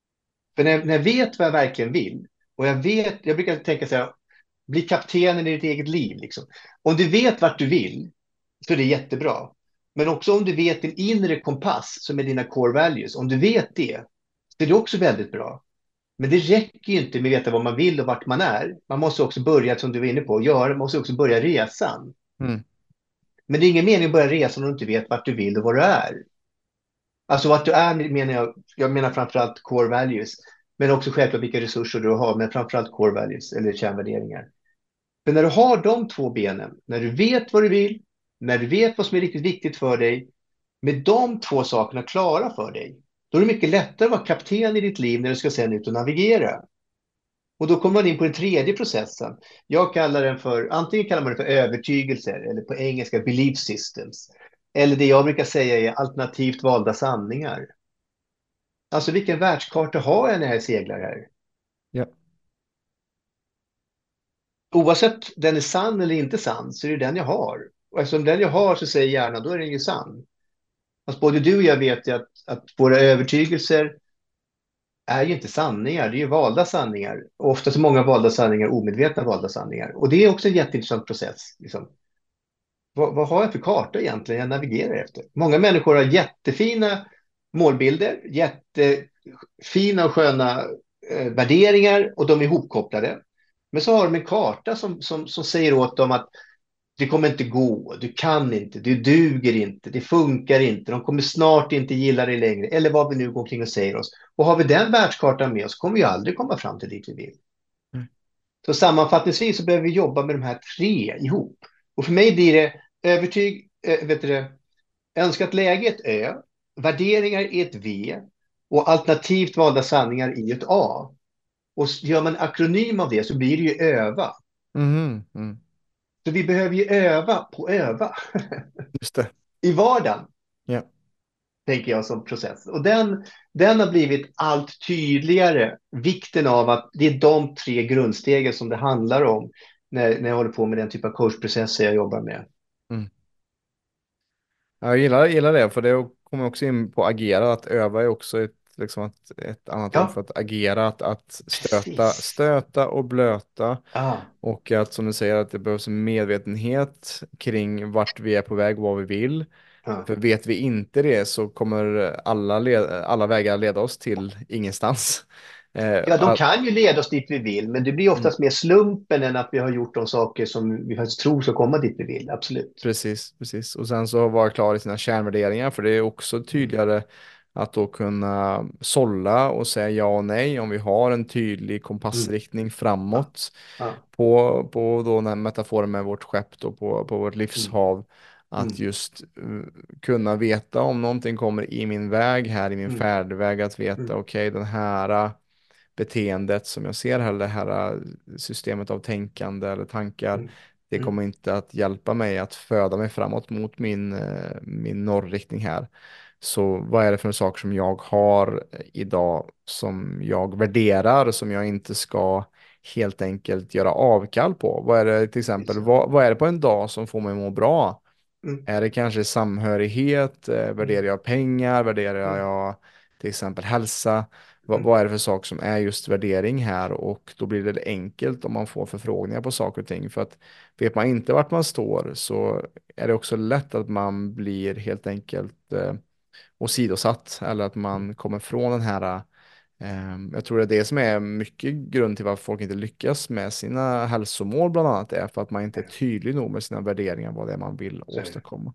Speaker 1: För när, när jag vet vad jag verkligen vill, och jag vet, jag brukar tänka så här, bli kaptenen i ditt eget liv. Liksom. Om du vet vart du vill, så är det jättebra. Men också om du vet din inre kompass, som är dina core values, om du vet det, så är det också väldigt bra. Men det räcker ju inte med att veta vad man vill och vart man är. Man måste också börja, som du var inne på, göra, man måste också börja resan.
Speaker 2: Mm.
Speaker 1: Men det är ingen mening att börja resan om du inte vet vart du vill och var du är. Alltså vart du är menar jag, jag menar framförallt core values, men också självklart vilka resurser du har, men framförallt core values eller kärnvärderingar. För när du har de två benen, när du vet vad du vill, när du vet vad som är riktigt viktigt för dig, med de två sakerna klara för dig, då är det mycket lättare att vara kapten i ditt liv när du ska sen ut och navigera. Och då kommer man in på den tredje processen. Jag kallar den för, antingen kallar man det för övertygelser eller på engelska belief systems. Eller det jag brukar säga är alternativt valda sanningar. Alltså vilken världskarta har jag när jag seglar här?
Speaker 2: Ja.
Speaker 1: Oavsett den är sann eller inte sann så är det den jag har. Och eftersom den jag har så säger gärna då är den ju sann. Alltså både du och jag vet ju att, att våra övertygelser är ju inte sanningar, det är ju valda sanningar. Och ofta så många valda sanningar, omedvetna valda sanningar. Och det är också en jätteintressant process. Liksom. Vad, vad har jag för karta egentligen jag navigerar efter? Många människor har jättefina målbilder, jättefina och sköna eh, värderingar och de är ihopkopplade. Men så har de en karta som, som, som säger åt dem att det kommer inte gå, du kan inte, du duger inte, det funkar inte, de kommer snart inte gilla dig längre, eller vad vi nu går omkring och säger oss. Och har vi den världskartan med oss kommer vi aldrig komma fram till dit vi vill.
Speaker 2: Mm.
Speaker 1: Så sammanfattningsvis så behöver vi jobba med de här tre ihop. Och för mig blir det övertyg, äh, vet du det, önskat läge ett Ö, värderingar i ett V och alternativt valda sanningar i ett A. Och gör man akronym av det så blir det ju öva.
Speaker 2: Mhm. Mm.
Speaker 1: Så vi behöver ju öva på öva
Speaker 2: Just det.
Speaker 1: i vardagen,
Speaker 2: Ja.
Speaker 1: tänker jag som process. Och den, den har blivit allt tydligare, vikten av att det är de tre grundstegen som det handlar om när, när jag håller på med den typ av coachprocesser jag jobbar med.
Speaker 2: Mm. Jag gillar, gillar det, för det kommer också in på agera. Att öva är också ett, liksom ett, ett annat ord
Speaker 1: Ja,
Speaker 2: för att agera. Att, att stöta,
Speaker 1: precis.
Speaker 2: stöta och blöta.
Speaker 1: Ja,
Speaker 2: Och att, som du säger, att det behövs en medvetenhet kring vart vi är på väg och vad vi vill.
Speaker 1: ja.
Speaker 2: För vet vi inte det så kommer alla, led, alla vägar leda oss till ingenstans. Eh,
Speaker 1: Ja, de
Speaker 2: att,
Speaker 1: kan ju leda oss dit vi vill, men det blir
Speaker 2: mm,
Speaker 1: oftast mer slumpen än att vi har gjort de saker som vi faktiskt tror ska komma dit vi vill. Absolut.
Speaker 2: precis, precis. Och sen så vara klar i sina kärnvärderingar, för det är också
Speaker 1: Mm.
Speaker 2: tydligare att då kunna sålla och säga ja och nej om vi har en tydlig
Speaker 1: Mm.
Speaker 2: kompassriktning
Speaker 1: Ja,
Speaker 2: framåt
Speaker 1: ja.
Speaker 2: på, på då den här metaforen med vårt skepp då, på, på vårt
Speaker 1: Mm.
Speaker 2: livshav. Att
Speaker 1: Mm.
Speaker 2: just uh, kunna veta om någonting kommer i min väg här, i min
Speaker 1: Mm.
Speaker 2: färdväg, att veta
Speaker 1: Mm.
Speaker 2: okej, den här beteendet som jag ser här, det här äh, systemet av tänkande eller tankar,
Speaker 1: Mm.
Speaker 2: det
Speaker 1: Mm.
Speaker 2: kommer inte att hjälpa mig att föda mig framåt mot min, äh, min norrriktning här. Så vad är det för saker som jag har idag som jag värderar, som jag inte ska helt enkelt göra avkall på? Vad är det till
Speaker 1: Det är
Speaker 2: exempel,
Speaker 1: så.
Speaker 2: vad, vad är det på en dag som får mig att må bra?
Speaker 1: Mm.
Speaker 2: Är det kanske samhörighet? Eh,
Speaker 1: Mm.
Speaker 2: värderar jag pengar? Värderar
Speaker 1: Mm.
Speaker 2: jag till exempel hälsa? Vad,
Speaker 1: Mm.
Speaker 2: vad är det för sak som är just värdering här? Och då blir det enkelt om man får förfrågningar på saker och ting. För att vet man inte vart man står så är det också lätt att man blir helt enkelt eh, åsidosatt. Eller att
Speaker 1: Mm.
Speaker 2: man kommer från den här. Eh, jag tror det är det som är mycket grund till varför folk inte lyckas med sina hälsomål bland annat. Är för att man inte är tydlig nog med sina värderingar, vad det är man vill
Speaker 1: Så är det.
Speaker 2: åstadkomma.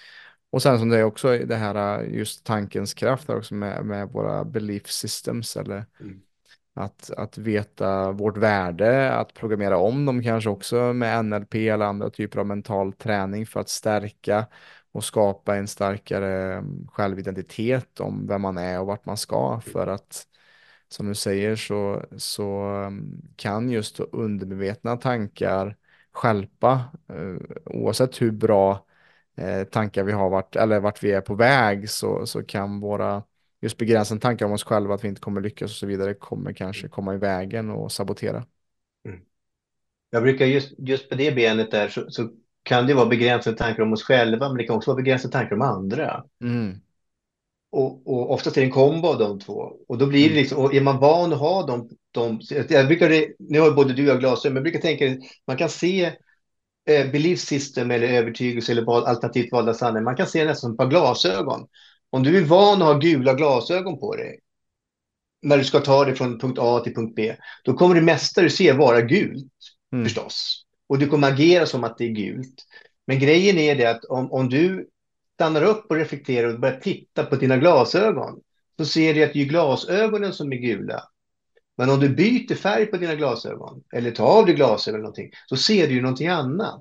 Speaker 2: Och sen som det är också det här just tankens kraft här också med, med våra belief systems eller
Speaker 1: Mm.
Speaker 2: att, att veta vårt värde, att programmera om dem kanske också med N L P eller andra typer av mental träning för att stärka och skapa en starkare mm, självidentitet om vem man är och vart man ska för att som du säger så, så um, kan just undermedvetna tankar stjälpa uh, oavsett hur bra eh, tankar vi har vart, eller vart vi är på väg så, så kan våra just begränsade tankar om oss själva att vi inte kommer lyckas och så vidare kommer kanske komma i vägen och sabotera.
Speaker 1: Mm. Jag brukar just, just på det benet där så, så kan det vara begränsade tankar om oss själva, men det kan också vara begränsade tankar om andra.
Speaker 2: Mm.
Speaker 1: Och, och oftast är det en kombo av de två. Och då blir det
Speaker 2: Mm.
Speaker 1: liksom, och är man van att ha de, de jag brukar, nu har både du och jag glasögon, men jag brukar tänka, man kan se eh, belief system eller övertygelse eller val, alternativt valda sanning, man kan se det nästan som ett par glasögon. Om du är van att ha gula glasögon på dig, när du ska ta dig från punkt A till punkt B, då kommer det mesta du ser vara gult,
Speaker 2: Mm.
Speaker 1: förstås. Och du kommer agera som att det är gult. Men grejen är det att om, om du stannar upp och reflekterar och börjar titta på dina glasögon, så ser du att det är glasögonen som är gula. Men om du byter färg på dina glasögon, eller tar av dig glasögon eller någonting, så ser du ju någonting annat.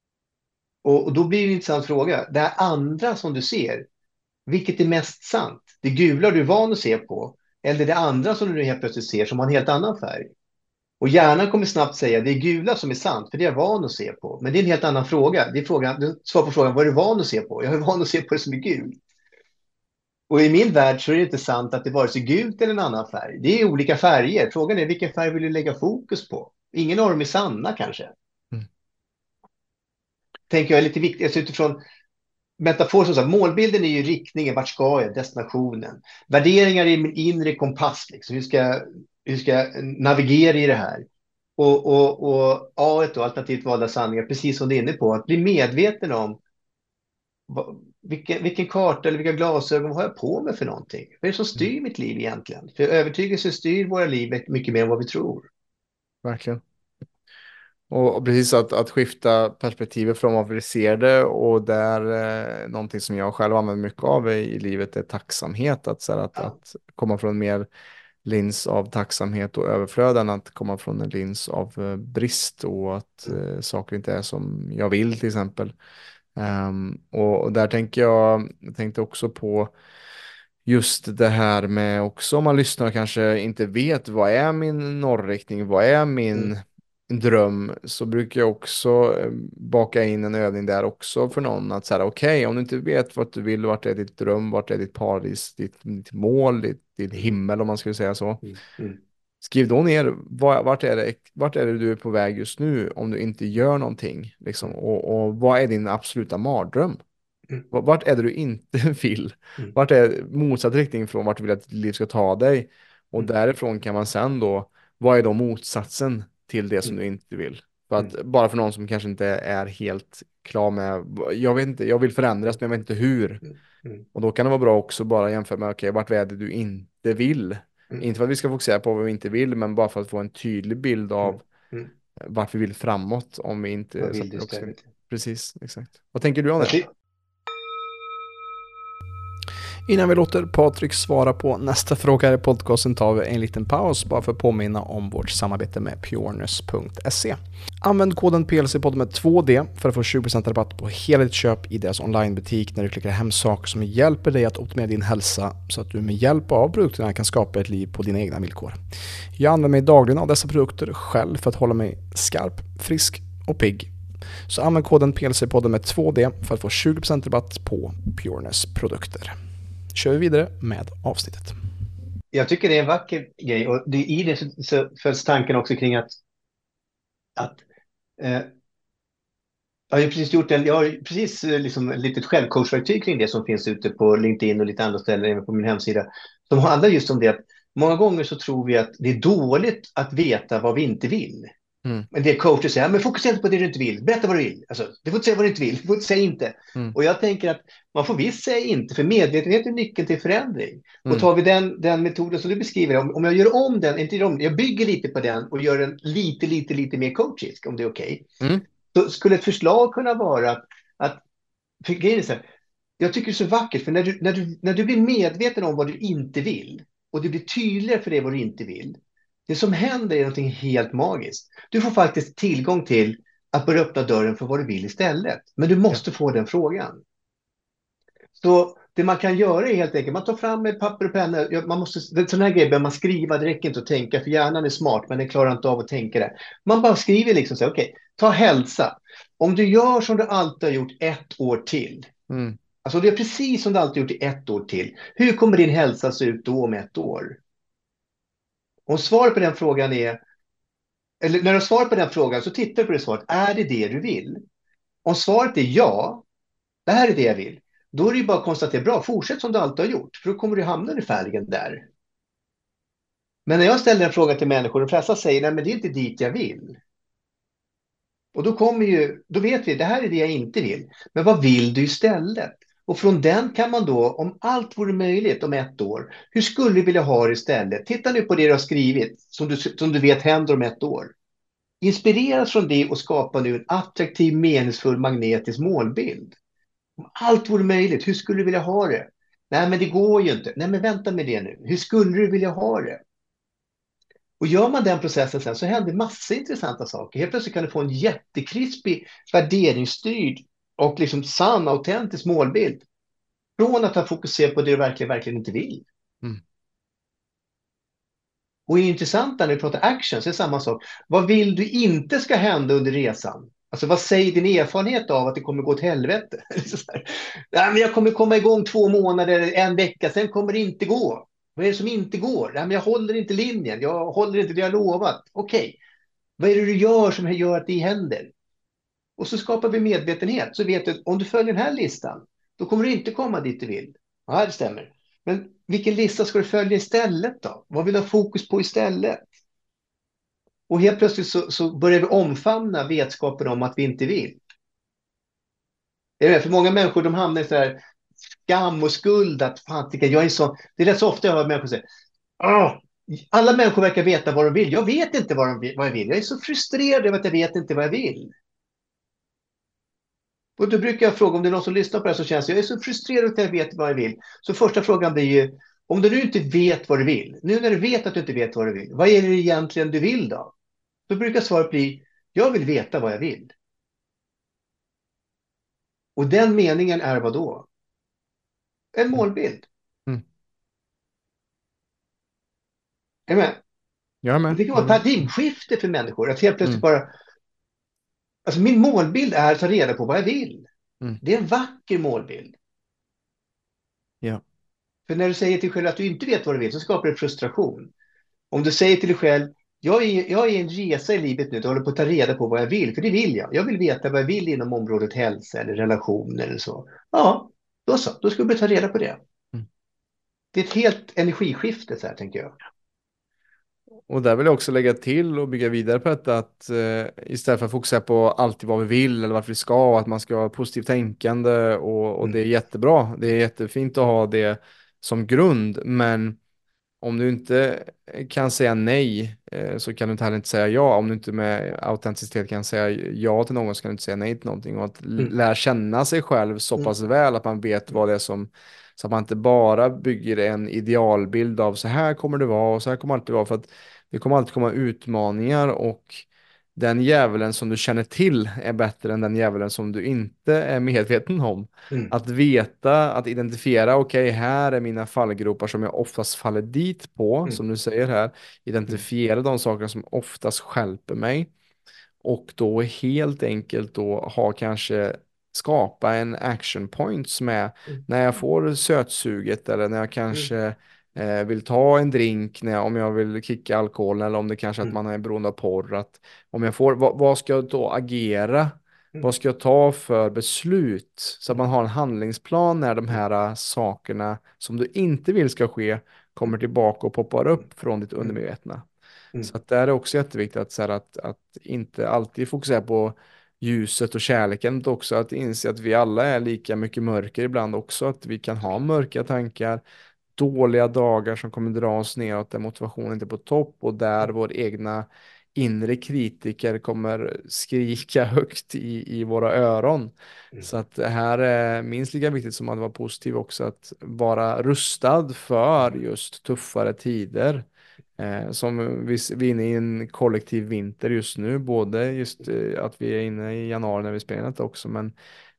Speaker 1: Och, och då blir det en intressant fråga. Det här andra som du ser, vilket är mest sant? Det gula du är van att se på, eller det andra som du nu helt plötsligt ser som har en helt annan färg? Och hjärnan kommer snabbt säga det är gula som är sant, för det är jag van att se på. Men det är en helt annan fråga. Det är frågan, du svarar på frågan, vad är du van att se på? Jag är van att se på det som är gult. Och i min värld så är det inte sant att det är vare sig gult eller en annan färg. Det är olika färger. Frågan är vilken färg vill du lägga fokus på? Ingen av dem är sanna kanske.
Speaker 2: Mm.
Speaker 1: Tänker jag är lite viktigt, alltså utifrån metafor som sagt, målbilden är ju riktningen, vart ska jag, destinationen. Värderingar är min inre kompass, liksom. Hur ska, hur ska jag navigera i det här? Och, och, och A ett då, alternativt valda sanningar, precis som du är inne på, att bli medveten om vad, vilken, vilken karta eller vilka glasögon vad har jag på mig för någonting? Vad är det som
Speaker 2: Mm.
Speaker 1: styr mitt liv egentligen? För övertygelse styr våra liv mycket mer än vad vi tror.
Speaker 2: Verkligen. Och, och precis att, att skifta perspektivet från vad vi ser det, och där eh, någonting som jag själv använder mycket av i, i livet är tacksamhet. Att, så här, att,
Speaker 1: Ja.
Speaker 2: att komma från mer lins av tacksamhet och överflöd än att komma från en lins av eh, brist och att
Speaker 1: Mm,
Speaker 2: eh, saker inte är som jag vill till exempel. Ehm, och, och där tänker jag, jag tänkte också på just det här med också om man lyssnar och kanske inte vet vad är min norrriktning, vad är
Speaker 1: mm,
Speaker 2: min dröm, så brukar jag också eh, baka in en övning där också för någon att säga okej, om du inte vet vad du vill, vart är ditt dröm, vart är ditt paradis, ditt, ditt mål, ditt, ditt
Speaker 1: mm,
Speaker 2: himmel om man skulle säga så.
Speaker 1: mm, mm,
Speaker 2: Skriv då ner var- vart är det, vart är det du är på väg just nu om du inte gör någonting liksom, och, och vad är din absoluta mardröm?
Speaker 1: mm,
Speaker 2: V- Vart är det du inte vill?
Speaker 1: mm,
Speaker 2: Vart är motsatt riktning från vart du vill att ditt liv ska ta dig? Och
Speaker 1: mm,
Speaker 2: därifrån kan man sen då, vad är då motsatsen till det som
Speaker 1: mm,
Speaker 2: du inte vill? För
Speaker 1: mm,
Speaker 2: att bara för någon som kanske inte är helt klar med, jag vet inte, jag vill förändras men jag vet inte hur.
Speaker 1: mm, mm,
Speaker 2: Och då kan det vara bra också bara jämföra med, okej, vart är det du inte vill?
Speaker 1: mm,
Speaker 2: Inte för att vi ska fokusera på vad vi inte vill, men bara för att få en tydlig bild
Speaker 1: mm,
Speaker 2: av
Speaker 1: mm.
Speaker 2: vart vi vill framåt om vi
Speaker 1: Vad
Speaker 2: inte... Så
Speaker 1: vill
Speaker 2: att
Speaker 1: du
Speaker 2: vi också...
Speaker 1: istället?
Speaker 2: Precis, exakt. Vad tänker du om
Speaker 1: Jag
Speaker 2: det?
Speaker 1: ty-
Speaker 2: Innan vi låter Patrik svara på nästa fråga i podcasten tar vi en liten paus bara för att påminna om vårt samarbete med pureness punkt se. Använd koden P L C-podden med två D för att få tjugo procent rabatt på hela ditt köp i deras onlinebutik när du klickar hem saker som hjälper dig att optimera din hälsa så att du med hjälp av produkterna kan skapa ett liv på dina egna villkor. Jag använder mig dagligen av dessa produkter själv för att hålla mig skarp, frisk och pigg. Så använd koden P L C-podden med två D för att få tjugo procent rabatt på Pureness-produkter. Kör vi vidare med avsnittet.
Speaker 1: jag tycker det är en vacker grej och det, i det så, så föds tanken också kring att, att eh, jag har ju precis gjort en, jag har ju precis eh, liksom ett litet självcoachverktyg kring det som finns ute på LinkedIn och lite andra ställen, även på min hemsida, som handlar just om det att många gånger så tror vi att det är dåligt att veta vad vi inte vill.
Speaker 2: Mm.
Speaker 1: Men det coacher säger, men fokusera inte på det du inte vill, berätta vad du vill. Alltså, du får inte säga vad du inte vill, du får inte säga inte.
Speaker 2: Mm.
Speaker 1: Och jag tänker att man får visst säga inte, för medvetenhet är nyckeln till förändring.
Speaker 2: Mm.
Speaker 1: Och tar vi den, den metoden som du beskriver, om, om jag gör om den, inte gör om, jag bygger lite på den och gör den lite, lite, lite mer coachisk, om det är okej. Okay.
Speaker 2: Mm.
Speaker 1: Så skulle ett förslag kunna vara att, att för grejen är så här, jag tycker det är så vackert, för när du, när, du, när du blir medveten om vad du inte vill och det blir tydligare för dig vad du inte vill, det som händer är någonting helt magiskt. Du får faktiskt tillgång till att börja öppna dörren för vad du vill istället. Men du måste ja. få den frågan. Så det man kan göra är helt enkelt, man tar fram ett papper och penna. Man måste, sådana här grejer behöver man skriva, det räcker inte att tänka, för hjärnan är smart, men den klarar inte av att tänka det. Man bara skriver liksom så här, okej, okay, ta hälsa. Om du gör som du alltid har gjort ett år till,
Speaker 2: Mm.
Speaker 1: alltså det är precis som du alltid gjort i ett år till, hur kommer din hälsa se ut då om ett år? Om svaret på den frågan är, eller när du svarar på den frågan så tittar du på det svaret, är det det du vill? Om svaret är ja, det här är det jag vill, Då är det ju bara att konstatera, bra, fortsätt som du alltid har gjort, för då kommer du hamna ungefärligen där. Men när jag ställer en fråga till människor, de flesta säger, nej men det är inte dit jag vill. Och då kommer ju, då vet vi, det här är det jag inte vill. Men vad vill du istället? Och från den kan man då, om allt vore möjligt om ett år, hur skulle du vilja ha det istället? Titta nu på det du har skrivit, som du, som du vet händer om ett år. Inspireras från det och skapa nu en attraktiv, meningsfull, magnetisk målbild. Om allt vore möjligt, hur skulle du vilja ha det? Nej, men det går ju inte. Nej, men vänta med det nu. Hur skulle du vilja ha det? Och gör man den processen sen så händer massa intressanta saker. Helt plötsligt kan du få en jättekrispig, värderingsstyrd och liksom sann, autentisk målbild. Från att ha fokuserat på det du verkligen, verkligen inte vill.
Speaker 2: Mm.
Speaker 1: Och det är intressant när vi pratar action så är det samma sak. Vad vill du inte ska hända under resan? Alltså vad säger din erfarenhet av att det kommer gå åt helvete? Så här, "Nej, men jag kommer komma igång två månader, en vecka, sen kommer det inte gå. Vad är det som inte går? Nej, men jag håller inte linjen, jag håller inte det jag lovat. Okej, vad är det du gör som gör att det händer? Och så skapar vi medvetenhet. Så vet du, om du följer den här listan, då kommer du inte komma dit du vill. Ja, det stämmer. Men vilken lista ska du följa istället då? Vad vill du ha fokus på istället? Och helt plötsligt så, så börjar vi omfamna vetskapen om att vi inte vill. Det är för många människor, de hamnar i så här skam och skuld. Att, fan, jag är så, det är rätt så ofta jag hör människor säga, "Åh, alla människor verkar veta vad de vill. Jag vet inte vad, de, vad jag vill. Jag är så frustrerad över att jag vet inte vad jag vill." Och då brukar jag fråga, om det är någon som lyssnar på det här, så känns det, jag är så frustrerad att jag vet vad jag vill. Så första frågan blir ju, om du nu inte vet vad du vill, nu när du vet att du inte vet vad du vill, vad är det egentligen du vill då? Då brukar svaret bli, jag vill veta vad jag vill. Och den meningen är vad då? En målbild.
Speaker 2: Mm.
Speaker 1: Är du med?
Speaker 2: Jag är
Speaker 1: Och
Speaker 2: med.
Speaker 1: det kan
Speaker 2: Jag
Speaker 1: vara
Speaker 2: är
Speaker 1: ett
Speaker 2: med.
Speaker 1: paradigmskifte för människor. Att helt plötsligt
Speaker 2: Mm.
Speaker 1: bara, alltså min målbild är att ta reda på vad jag vill.
Speaker 2: Mm.
Speaker 1: Det är en vacker målbild.
Speaker 2: Ja.
Speaker 1: För när du säger till dig själv att du inte vet vad du vill så skapar det frustration. Om du säger till dig själv, jag är, jag är i en resa i livet nu, jag håller på att ta reda på vad jag vill, för det vill jag. Jag vill veta vad jag vill inom området hälsa eller relationer eller så. Ja, då så, då ska vi ta reda på det.
Speaker 2: Mm.
Speaker 1: Det är ett helt energiskifte så här, tänker jag.
Speaker 2: Och där vill jag också lägga till och bygga vidare på detta att eh, istället för att fokusera på alltid vad vi vill eller varför vi ska och att man ska ha positivt tänkande och, och det är
Speaker 1: Mm.
Speaker 2: jättebra. Det är jättefint att ha det som grund, men om du inte kan säga nej eh, så kan du inte heller inte säga ja. Om du inte med autenticitet kan säga ja till någon så kan du inte säga nej till någonting. Och att l-
Speaker 1: Mm.
Speaker 2: lära känna sig själv så
Speaker 1: Mm.
Speaker 2: pass väl att man vet vad det är som, så att man inte bara bygger en idealbild av så här kommer det vara och så här kommer det alltid vara. För att det kommer alltid komma utmaningar och den djävulen som du känner till är bättre än den djävulen som du inte är medveten om.
Speaker 1: Mm.
Speaker 2: Att veta, att identifiera, okej, okay, här är mina fallgropar som jag oftast faller dit på,
Speaker 1: Mm.
Speaker 2: som du säger här.
Speaker 1: Mm.
Speaker 2: Identifiera de sakerna som oftast stjälper mig. Och då helt enkelt då ha kanske skapa en action point som är
Speaker 1: Mm.
Speaker 2: när jag får sötsuget eller när jag
Speaker 1: Mm.
Speaker 2: kanske eh, vill ta en drink när jag, om jag vill kicka alkohol eller om det kanske att
Speaker 1: Mm.
Speaker 2: man är beroende av porr. Att om jag får, vad, vad ska jag då agera?
Speaker 1: Mm.
Speaker 2: Vad ska jag ta för beslut? Så att
Speaker 1: Mm.
Speaker 2: man har en handlingsplan när de
Speaker 1: Mm.
Speaker 2: här äh, sakerna som du inte vill ska ske kommer tillbaka och poppar upp från ditt
Speaker 1: Mm.
Speaker 2: undermedvetna.
Speaker 1: Mm.
Speaker 2: Så att det är också jätteviktigt att, så här, att, att inte alltid fokusera på ljuset och kärleken, utan också att inse att vi alla är lika mycket mörker ibland också, att vi kan ha mörka tankar, dåliga dagar som kommer dra oss neråt där motivationen inte är på topp och där vår egna inre kritiker kommer skrika högt i, i våra öron.
Speaker 1: Mm.
Speaker 2: Så att det här är minst lika viktigt som att vara positiv också, att vara rustad för just tuffare tider. Eh, som vi, vi är inne i en kollektiv vinter just nu, både just eh, att vi är inne i januari när vi spelar det också, men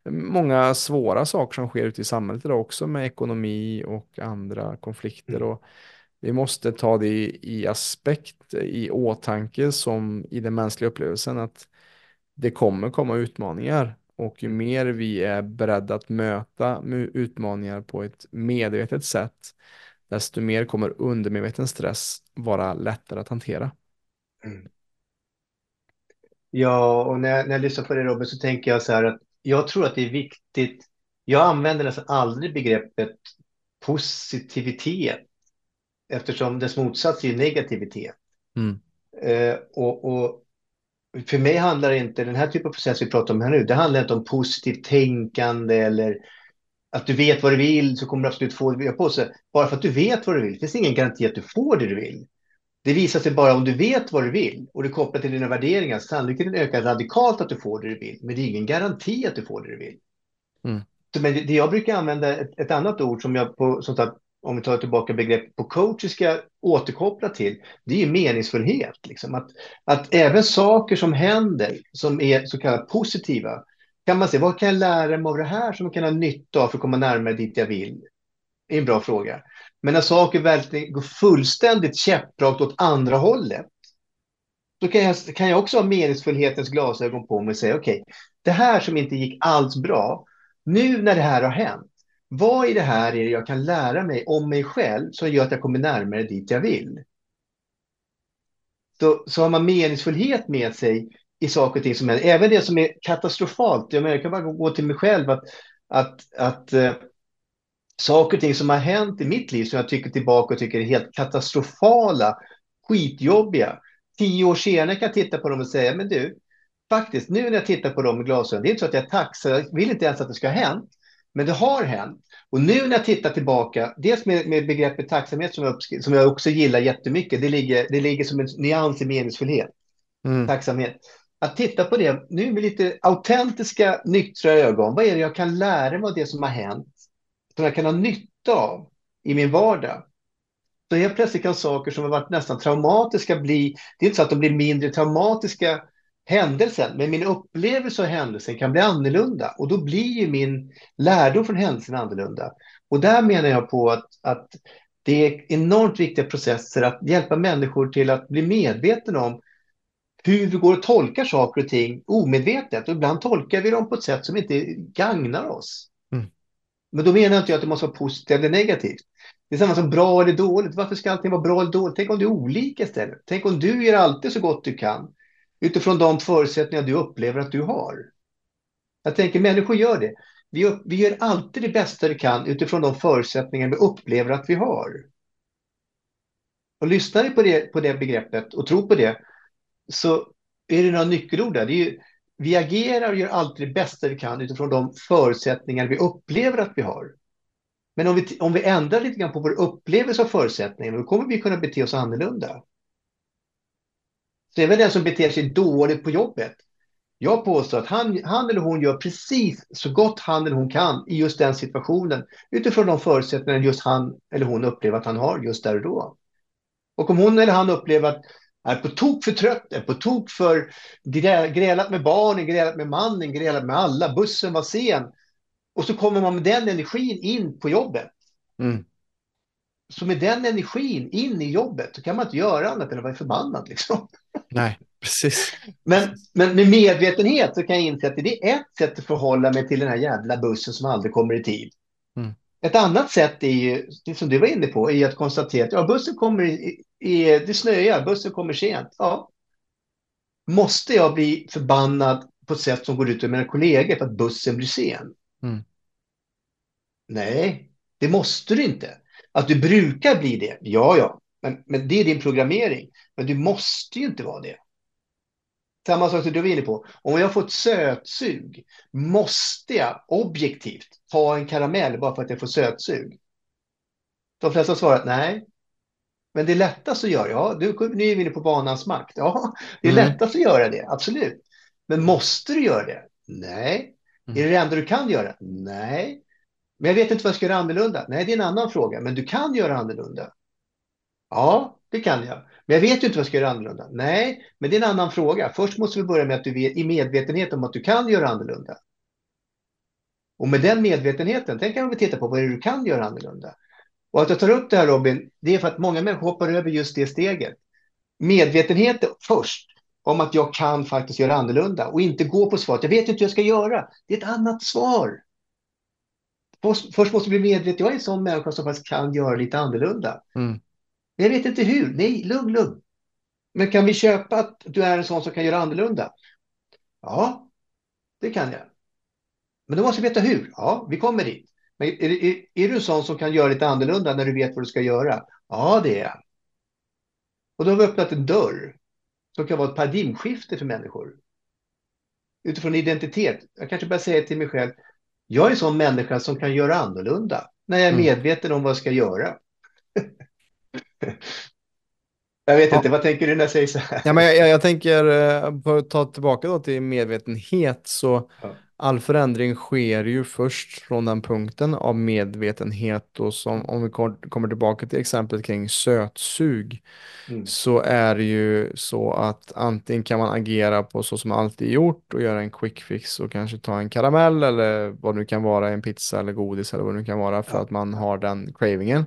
Speaker 2: många svåra saker som sker ute i samhället idag också med ekonomi och andra konflikter,
Speaker 1: Mm.
Speaker 2: och vi måste ta det i, i aspekt, i åtanke som i den mänskliga upplevelsen att det kommer komma utmaningar, och ju
Speaker 1: Mm.
Speaker 2: mer vi är beredda att möta mu- utmaningar på ett medvetet sätt, desto mer kommer undermedveten stress vara lättare att hantera.
Speaker 1: Mm. Ja, och när, när jag lyssnar på det Robin så tänker jag så här att jag tror att det är viktigt. Jag använder nästan aldrig begreppet positivitet eftersom dess motsats är negativitet.
Speaker 2: Mm.
Speaker 1: Eh, och, och för mig handlar inte den här typen av process vi pratar om här nu, det handlar inte om positivt tänkande eller att du vet vad du vill så kommer du absolut få det du gör på sig. Bara för att du vet vad du vill finns det ingen garanti att du får det du vill. Det visar sig bara om du vet vad du vill och det kopplar till dina värderingar. Sannolikheten ökar radikalt att du får det du vill, men det är ingen garanti att du får det du vill.
Speaker 2: Mm.
Speaker 1: Men det, det jag brukar använda ett, ett annat ord som jag på sånt att om vi tar tillbaka begrepp på coach ska återkoppla till, det är ju meningsfullhet. Liksom. Att, att även saker som händer som är så kallat positiva kan man se, vad kan jag lära mig av det här som jag kan ha nytta av för att komma närmare dit jag vill? Det är en bra fråga. Men när saker verkligen går fullständigt käpprakt åt andra hållet, då kan jag, kan jag också ha meningsfullhetens glasögon på mig och säga okej, okay, det här som inte gick alls bra, nu när det här har hänt, vad i det här är det jag kan lära mig om mig själv som gör att jag kommer närmare dit jag vill? Så, så har man meningsfullhet med sig i saker och ting som är, även det som är katastrofalt. Jag, menar, jag kan bara gå till mig själv att, att, att äh, saker och ting som har hänt i mitt liv som jag tycker tillbaka och tycker är helt katastrofala, skitjobbiga. Tio år senare kan jag titta på dem och säga, men du, faktiskt nu när jag tittar på dem med glasögon, det är inte så att jag är tacksam, jag vill inte ens att det ska ha hänt, men det har hänt. Och nu när jag tittar tillbaka, dels med, med begreppet tacksamhet som jag, som jag också gillar jättemycket, det ligger, det ligger som en nyans i meningsfullhet,
Speaker 2: Mm.
Speaker 1: tacksamhet. Att titta på det nu med lite autentiska, nyktra ögon, vad är det jag kan lära mig av det som har hänt? Som jag kan ha nytta av i min vardag. Så helt plötsligt kan saker som har varit nästan traumatiska bli, det är inte så att de blir mindre traumatiska händelsen, men min upplevelse av händelsen kan bli annorlunda. Och då blir ju min lärdom från händelsen annorlunda. Och där menar jag på att, att det är enormt viktiga processer att hjälpa människor till att bli medveten om hur vi går och tolkar saker och ting omedvetet. Och ibland tolkar vi dem på ett sätt som inte gagnar oss.
Speaker 2: Mm.
Speaker 1: Men då menar inte jag att det måste vara positivt eller negativt. Det är samma som bra eller dåligt. Varför ska allting vara bra eller dåligt? Tänk om det är olika istället. Tänk om du gör alltid så gott du kan. Utifrån de förutsättningar du upplever att du har. Jag tänker människor gör det. Vi, upp, vi gör alltid det bästa vi kan utifrån de förutsättningar vi upplever att vi har. Och lyssnar ni på det, på det begreppet och tror på det så är det några nyckelord där. Det är ju, vi agerar och gör alltid det bästa vi kan utifrån de förutsättningar vi upplever att vi har. Men om vi, om vi ändrar lite grann på vår upplevelse av förutsättningar, då kommer vi kunna bete oss annorlunda. Så även den som beter sig dåligt på jobbet. Jag påstår att han, han eller hon gör precis så gott han eller hon kan i just den situationen. Utifrån de förutsättningar just han eller hon upplever att han har just där och då. Och om hon eller han upplever att är på tok för trött, är på tok för grälat med barnen, grälat med mannen, grälat med alla, bussen var sen. Och så kommer man med den energin in på jobbet.
Speaker 2: Mm.
Speaker 1: Så med den energin in i jobbet så kan man inte göra annat än att vara förbannad. Liksom.
Speaker 2: Nej, precis.
Speaker 1: Men, men med medvetenhet så kan jag inse att det är ett sätt att förhålla mig till den här jävla bussen som aldrig kommer i tid.
Speaker 2: Mm.
Speaker 1: Ett annat sätt är ju, det som du var inne på, är att konstatera att ja, bussen kommer i, i, det snöar, bussen kommer sent. Ja. Måste jag bli förbannad på ett sätt som går ut över mina kollegor för att bussen blir sen?
Speaker 2: Mm.
Speaker 1: Nej, det måste du inte. Att du brukar bli det, ja, ja. Men, men det är din programmering. Men du måste ju inte vara det. Samma sak som du var inne på. Om jag får ett sötsug, måste jag objektivt ta en karamell bara för att jag får sötsug? De flesta har svarat nej. Men det är lättast att göra. Ja, du, nu är vi inne på banans makt. Ja, det är
Speaker 2: Mm.
Speaker 1: lättast att göra det, absolut. Men måste du göra det? Nej.
Speaker 2: Mm.
Speaker 1: Är det det enda du kan göra? Nej. Men jag vet inte vad jag ska göra annorlunda. Nej, det är en annan fråga. Men du kan göra annorlunda. Ja, det kan jag. Men jag vet ju inte vad jag ska göra annorlunda. Nej, men det är en annan fråga. Först måste vi börja med att du är i medvetenhet om att du kan göra annorlunda. Och med den medvetenheten, tänk om vi tittar på vad det är du kan göra annorlunda. Och att jag tar upp det här, Robin, det är för att många människor hoppar över just det steget. Medvetenheten först om att jag kan faktiskt göra annorlunda och inte gå på svaret. Jag vet inte hur jag ska göra. Det är ett annat svar. Först, först måste jag bli medveten. Jag är en sån människa som faktiskt kan göra lite annorlunda.
Speaker 2: Mm.
Speaker 1: Men jag vet inte hur. Nej, lugn, lugn. Men kan vi köpa att du är en sån som kan göra annorlunda? Ja, det kan jag. Men du måste veta hur. Ja, vi kommer dit. Men är, är, är du en sån som kan göra lite annorlunda när du vet vad du ska göra? Ja, det är jag. Och då har vi öppnat en dörr som kan vara ett paradigmskifte för människor. Utifrån identitet. Jag kanske bara säger till mig själv, jag är en sån människa som kan göra annorlunda när jag är
Speaker 2: Mm.
Speaker 1: medveten om vad jag ska göra. Jag vet
Speaker 2: Ja.
Speaker 1: inte, vad tänker du när jag säger så här?
Speaker 2: Ja, men jag, jag, jag tänker, eh, för att ta tillbaka då till medvetenhet, så
Speaker 1: Ja.
Speaker 2: all förändring sker ju först från den punkten av medvetenhet. Och som, om vi kom- kommer tillbaka till exemplet kring sötsug,
Speaker 1: Mm.
Speaker 2: så är det ju så att antingen kan man agera på så som man alltid gjort och göra en quick fix och kanske ta en karamell eller vad det nu kan vara, en pizza eller godis eller vad det nu kan vara, för
Speaker 1: Ja.
Speaker 2: att man
Speaker 1: Ja.
Speaker 2: har den cravingen.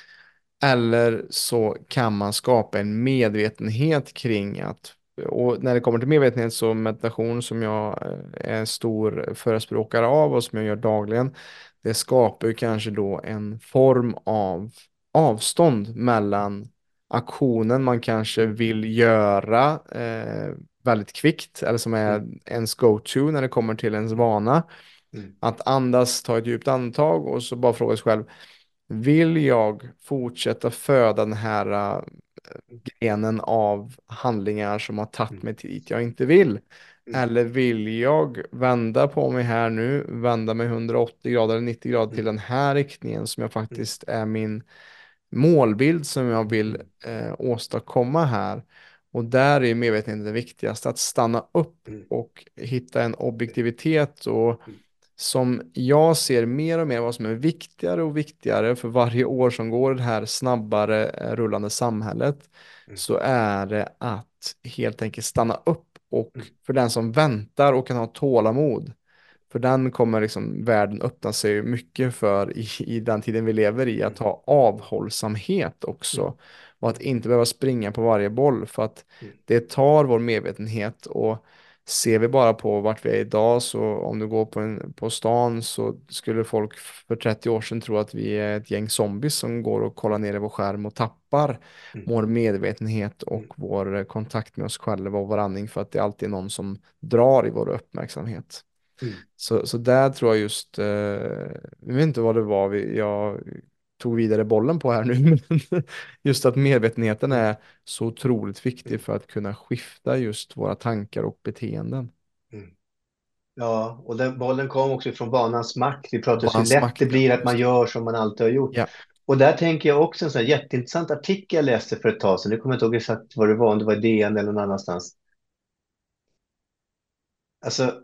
Speaker 2: Eller så kan man skapa en medvetenhet kring att, och när det kommer till medvetenhet, så meditation, som jag eh, är en stor förespråkare av och som jag gör dagligen, det skapar ju kanske då en form av avstånd mellan aktionen man kanske
Speaker 1: Mm.
Speaker 2: vill göra eh, väldigt kvickt, eller som är
Speaker 1: Mm.
Speaker 2: ens go-to när det kommer till ens
Speaker 1: Mm.
Speaker 2: vana.
Speaker 1: Mm.
Speaker 2: Att andas, ta ett djupt andetag och så bara fråga sig själv: vill jag fortsätta föda den här äh, grenen av handlingar som har tagit
Speaker 1: Mm.
Speaker 2: mig dit jag inte vill?
Speaker 1: Mm.
Speaker 2: Eller vill jag vända på mig här nu, vända mig hundraåttio grader eller nittio grader till
Speaker 1: Mm.
Speaker 2: den här riktningen som jag
Speaker 1: Mm.
Speaker 2: faktiskt är min målbild som jag vill
Speaker 1: Mm.
Speaker 2: eh, åstadkomma här? Och där är medvetenheten det viktigaste, att stanna upp
Speaker 1: Mm.
Speaker 2: och hitta en objektivitet, och
Speaker 1: Mm.
Speaker 2: som jag ser mer och mer vad som är viktigare och viktigare för varje år som går i det här snabbare eh, rullande samhället,
Speaker 1: Mm.
Speaker 2: så är det att helt enkelt stanna upp. Och
Speaker 1: Mm.
Speaker 2: för den som väntar och kan ha tålamod, för den kommer liksom världen öppna sig mycket för i, i den tiden vi lever i, att
Speaker 1: Mm.
Speaker 2: ha avhållsamhet
Speaker 1: Mm.
Speaker 2: också, och att inte behöva springa på varje boll, för att
Speaker 1: Mm.
Speaker 2: det tar vår medvetenhet. Och ser vi bara på vart vi är idag, så om du går på, en, på stan, så skulle folk för trettio år sedan tro att vi är ett gäng zombies som går och kollar ner i vår skärm och tappar
Speaker 1: Mm.
Speaker 2: vår medvetenhet och
Speaker 1: Mm.
Speaker 2: vår kontakt med oss själva och vår andning, för att det är alltid någon som drar i vår uppmärksamhet.
Speaker 1: Mm.
Speaker 2: Så, så där tror jag just, eh, jag vet inte vad det var vi, jag tog vidare bollen på här nu, men just att medvetenheten
Speaker 1: Mm.
Speaker 2: är så otroligt viktig
Speaker 1: Mm.
Speaker 2: för att kunna skifta just våra tankar och beteenden.
Speaker 1: Mm. Ja, och den bollen kom också från vanans makt. Vi pratar så
Speaker 2: Balans
Speaker 1: lätt det
Speaker 2: makten,
Speaker 1: blir att
Speaker 2: just
Speaker 1: man
Speaker 2: det.
Speaker 1: gör som man alltid har gjort.
Speaker 2: Ja,
Speaker 1: Och där tänker jag också en sån här jätteintressant artikel jag läste för ett tag sedan. Nu kommer jag inte ihåg exakt vad det var, om det var i D N eller någon annanstans. Alltså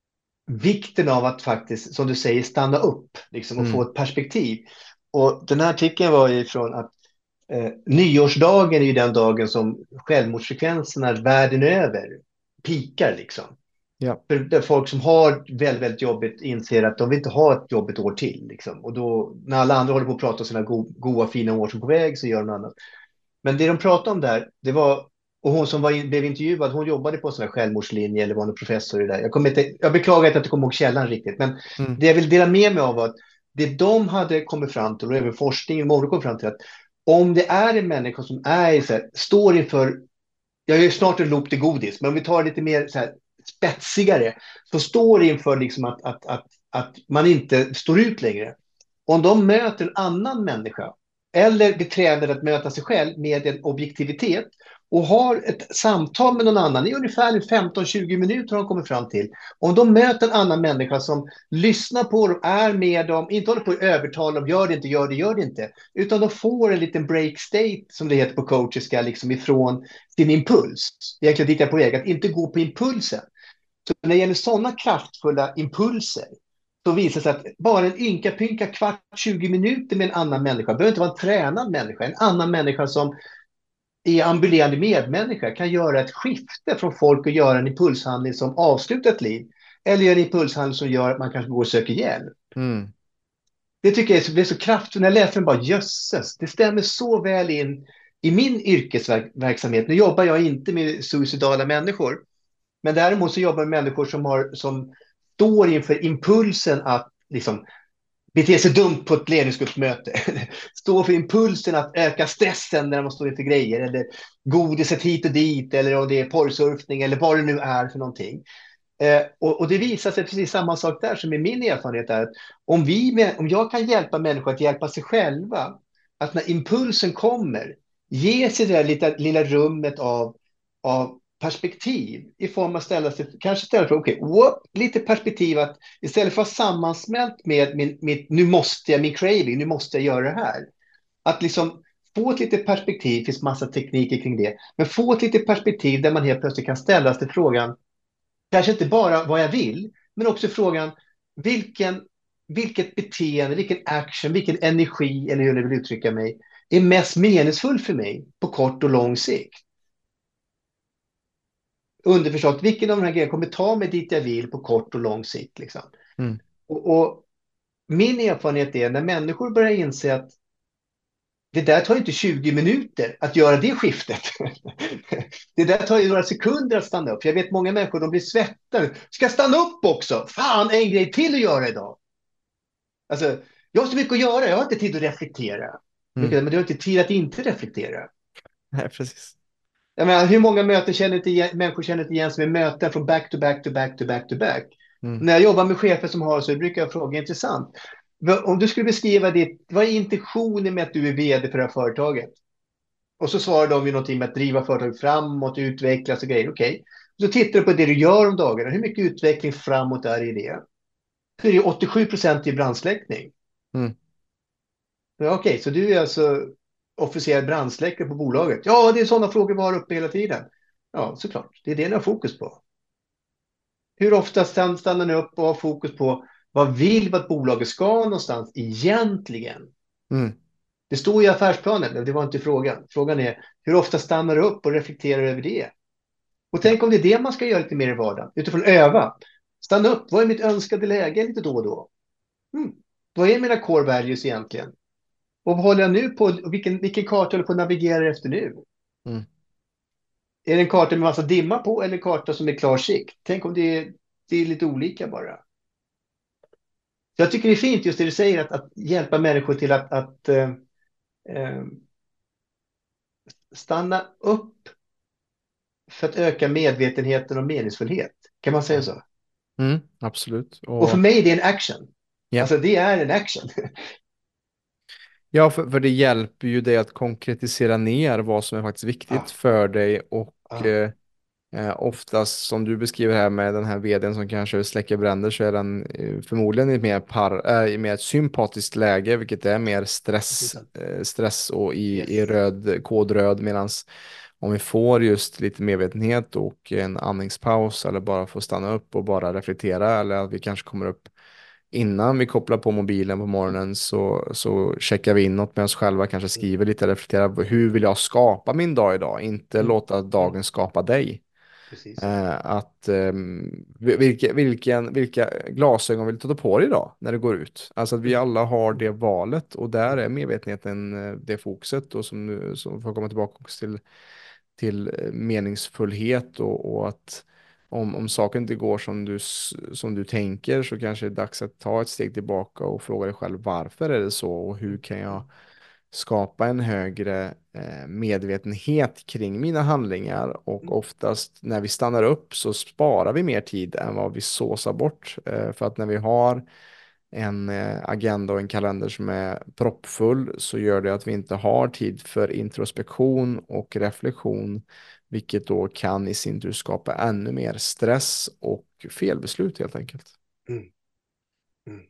Speaker 1: vikten av att faktiskt, som du säger, stanna upp liksom, och få
Speaker 2: mm,
Speaker 1: ett perspektiv. Och den här artikeln var ju från att eh, nyårsdagen är ju den dagen som självmordsfrekvenserna världen över pikar liksom.
Speaker 2: ja,
Speaker 1: För det är folk som har väldigt, väldigt jobbigt inser att de vill inte ha ett jobbigt år till. Liksom. Och då, när alla andra håller på att prata om sina go goda, fina år som är på väg, så gör de något annat. Men det de pratade om där, det var, och hon som var in, blev intervjuad, hon jobbade på en sån här självmordslinje eller var en professor i det där. Jag, kommer inte, jag beklagar att jag inte kommer ihåg källan riktigt, men
Speaker 2: mm,
Speaker 1: det jag vill dela med mig av var att det de hade kommit fram till, och även forskningen många kom fram till, att om det är en människa som är så här, står inför, jag är snart en loop till godis, men om vi tar lite mer så här, spetsigare, så står inför liksom att, att, att, att man inte står ut längre. Om de möter en annan människa eller blir tränade att möta sig själv med en objektivitet och har ett samtal med någon annan i ungefär femton tjugo minuter, har de kommit fram till. Om de möter en annan människa som lyssnar på dem, är med dem, inte håller på att övertala dem, gör det inte, gör det, gör det inte, utan de får en liten break state, som det heter på coachiska, liksom ifrån sin impuls. Egentligen dit jag är på väg, att inte gå på impulsen. Så när det gäller sådana kraftfulla impulser, så visar det sig att bara en ynka pynka kvart, tjugo minuter med en annan människa, behöver inte vara en tränad människa, en annan människa som är ambulerande medmänniska, kan göra ett skifte från folk och göra en impulshandling som avslutar ett liv, eller göra en impulshandling som gör att man kanske går och söker hjälp.
Speaker 2: mm,
Speaker 1: Det tycker jag är så, det är så kraftfullt. När jag läser den bara, jösses, det stämmer så väl in i min yrkesverksamhet. Nu jobbar jag inte med suicidala människor, men däremot så jobbar jag med människor som, har, som står inför impulsen att liksom bete sig dumt på ett ledningsgruppsmöte. Står för impulsen att öka stressen när man står inför grejer. Eller godiset hit och dit. Eller om det är porrsurfning. Eller vad det nu är för någonting. Eh, och, och det visar sig precis samma sak där som i min erfarenhet är att om, vi, med- om jag kan hjälpa människor att hjälpa sig själva, att när impulsen kommer, ge sig det där lilla, lilla rummet av, av perspektiv i form av att ställa sig, kanske ställa för okej, okay, lite perspektiv att istället för att vara sammansmält med min, mitt, nu måste jag, min craving, nu måste jag göra det här. Att liksom få ett litet perspektiv, det finns massa tekniker kring det, men få ett litet perspektiv där man helt plötsligt kan ställa sig frågan, kanske inte bara vad jag vill, men också frågan vilken, vilket beteende, vilken action, vilken energi, eller hur jag vill uttrycka mig, är mest meningsfull för mig på kort och lång sikt. Underförstått, vilken av de här grejerna kommer ta mig dit jag vill på kort och lång sikt. Liksom.
Speaker 2: Mm.
Speaker 1: Och, och min erfarenhet är när människor börjar inse att det där tar inte tjugo minuter att göra det skiftet. Det där tar ju några sekunder att stanna upp. Jag vet många människor, de blir svettade. Ska jag stanna upp också? Fan, en grej till att göra idag. Alltså, jag har så mycket att göra, jag har inte tid att reflektera.
Speaker 2: Mm.
Speaker 1: Men du har inte tid att inte reflektera.
Speaker 2: Nej, precis.
Speaker 1: Jag menar, hur många möten känner inte igen, människor känner inte igen som är möten från back to back to back to back to back.
Speaker 2: Mm.
Speaker 1: När jag jobbar med chefer som har så brukar jag fråga, intressant. Om du skulle beskriva ditt, vad är intentionen med att du är vd för det här företaget? Och så svarar de ju någonting med att driva företaget framåt, utvecklas och grejer. Okej. Okay. Så tittar du på det du gör om dagarna. Hur mycket utveckling framåt är i det? Så är det åttiosju procent i brandsläckning.
Speaker 2: Mm.
Speaker 1: Ja, Okej, okay. Så du är alltså officiell brandsläckare på bolaget? Ja, det är sådana frågor vi har uppe hela tiden. Ja, såklart. Det är det ni har fokus på. Hur ofta stannar ni upp och har fokus på vad vill vi att bolaget ska någonstans egentligen?
Speaker 2: Mm.
Speaker 1: Det står i affärsplanen, men det var inte frågan. Frågan är, hur ofta stannar du upp och reflekterar över det? Och tänk om det är det man ska göra lite mer i vardagen. Utifrån öva. Stanna upp. Vad är mitt önskade läge lite då och då? Mm. Vad är mina core values egentligen? Och vad håller jag nu på? Vilken, vilken karta håller jag på att navigera efter nu?
Speaker 2: Mm.
Speaker 1: Är det en karta med massa dimma på eller en karta som är klar sikt? Tänk om det är, det är lite olika bara. Så jag tycker det är fint just det du säger, att, att hjälpa människor till att, att eh, eh, stanna upp för att öka medvetenheten och meningsfullhet. Kan man säga så?
Speaker 2: Mm. Absolut.
Speaker 1: Och för
Speaker 2: Och,
Speaker 1: mig är det en action.
Speaker 2: ja.
Speaker 1: Alltså det är en action.
Speaker 2: Ja, för, för det hjälper ju dig att konkretisera ner vad som är faktiskt viktigt
Speaker 1: Ah,
Speaker 2: för dig och
Speaker 1: ah,
Speaker 2: eh, eh, oftast som du beskriver här med den här vdn som kanske släcker bränder så är den eh, förmodligen i ett mer, par, äh, i mer ett sympatiskt läge, vilket är mer stress,
Speaker 1: precis.
Speaker 2: eh, stress och i, i
Speaker 1: Yes.
Speaker 2: röd, kodröd, medans om vi får just lite medvetenhet och en andningspaus eller bara få stanna upp och bara reflektera eller att vi kanske kommer upp innan vi kopplar på mobilen på morgonen så, så checkar vi in något med oss själva, kanske
Speaker 1: Mm,
Speaker 2: skriver lite, reflekterar hur vill jag skapa min dag idag, inte
Speaker 1: mm,
Speaker 2: låta
Speaker 1: mm,
Speaker 2: dagen skapa dig.
Speaker 1: precis.
Speaker 2: Eh, att um, vilka, vilken, vilka glasögon vill du ta på dig idag när du går ut? Alltså att vi
Speaker 1: Mm,
Speaker 2: alla har
Speaker 1: mm,
Speaker 2: det valet och där
Speaker 1: mm,
Speaker 2: är medvetenheten eh, det fokuset och som, nu- som får komma tillbaka också till till eh, meningsfullhet och, och att om, om saken inte går som du, s- som du tänker så kanske det är dags att ta ett steg tillbaka och fråga dig själv varför är det så och hur kan jag
Speaker 1: mm,
Speaker 2: skapa en högre eh, medvetenhet kring mina handlingar och
Speaker 1: mm,
Speaker 2: oftast när vi stannar upp så sparar vi mer tid än vad vi såsar bort eh, för att när vi har en eh, agenda och en kalender som är proppfull så gör det att vi inte har tid för introspektion och reflektion, vilket då kan i sin tur skapa ännu mer stress och felbeslut helt enkelt.
Speaker 1: mm, mm.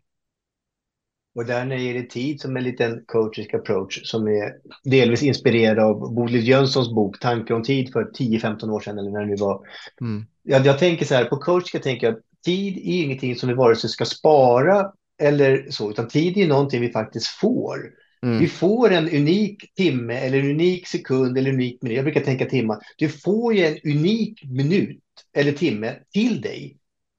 Speaker 1: Och där när det gäller tid som en liten coachisk approach som är delvis inspirerad av Bodil Jönssons bok Tankar om tid för tio femton år sedan eller när det nu var.
Speaker 2: Mm,
Speaker 1: Jag, jag tänker så här, på coach jag tänker att tid är ingenting som vi vare sig ska spara eller så, utan tid är någonting vi faktiskt får. Vi
Speaker 2: mm,
Speaker 1: får en unik timme eller en unik sekund eller en unik minut. Jag brukar tänka timmar. Du får ju en unik minut eller timme till dig.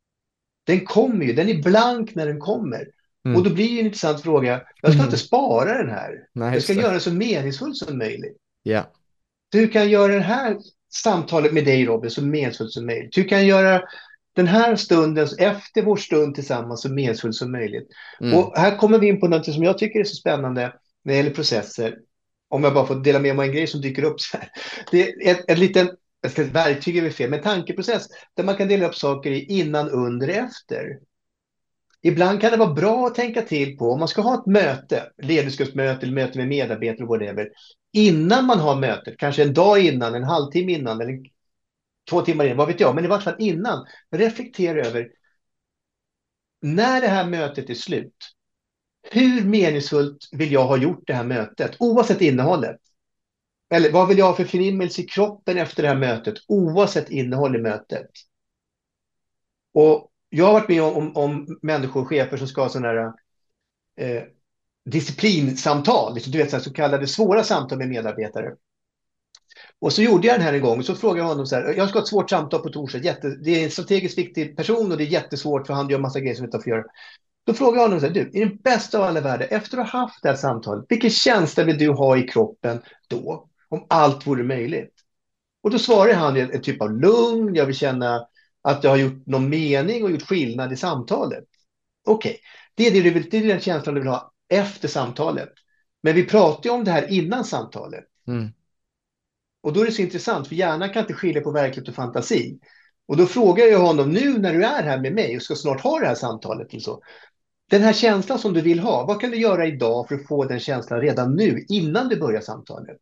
Speaker 1: Den kommer ju, den är blank när den kommer. Och
Speaker 2: mm.
Speaker 1: då blir det en intressant fråga. Jag ska inte spara den här.
Speaker 2: Nej,
Speaker 1: Jag ska
Speaker 2: just det.
Speaker 1: göra den så meningsfull som möjligt.
Speaker 2: Ja.
Speaker 1: Så hur kan jag göra det här samtalet med dig Robin så meningsfullt som möjligt? Hur kan jag göra den här stunden efter vår stund tillsammans så meningsfull som möjligt?
Speaker 2: Mm,
Speaker 1: Och här kommer vi in på något som jag tycker är så spännande när det gäller processer. Om jag bara får dela med mig en grej som dyker upp så här. Det är ett, ett liten jag ska, verktyg är väl fel, men tankeprocess där man kan dela upp saker i innan, under, efter. Ibland kan det vara bra att tänka till på om man ska ha ett möte, ledarskapsmöte eller möte med medarbetare och whatever, innan man har mötet, kanske en dag innan, en halvtimme innan eller två timmar innan, vad vet jag, men i vart fall innan, reflektera över när det här mötet är slut. Hur meningsfullt vill jag ha gjort det här mötet, oavsett innehållet? Eller vad vill jag ha för förnimmelse i kroppen efter det här mötet, oavsett innehåll i mötet? Och jag har varit med om, om, om människor, chefer som ska ha sådana här eh, disciplinsamtal, liksom, du vet, så, här, så kallade svåra samtal med medarbetare. Och så gjorde jag den här en gång och så frågade jag honom så här, jag ska ha ett svårt samtal på torsdag, jätte, det är en strategiskt viktig person och det är jättesvårt för han gör massa grejer som vi inte får göra. Då frågade jag honom så här, du, i den bästa av alla världar, efter att ha haft det här samtalet, vilken känsla vill du ha i kroppen då, om allt vore möjligt? Och då svarar han en, en typ av lugn, jag vill känna att jag har gjort någon mening och gjort skillnad i samtalet. Okej, okay. det, är det, du vill, det är den känslan du vill ha efter samtalet. Men vi pratar ju om det här innan samtalet.
Speaker 2: Mm.
Speaker 1: Och då är det så intressant, för hjärnan kan inte skilja på verklighet och fantasi. Och då frågar jag honom, nu när du är här med mig och ska snart ha det här samtalet, eller så, den här känslan som du vill ha, vad kan du göra idag för att få den känslan redan nu, innan du börjar samtalet?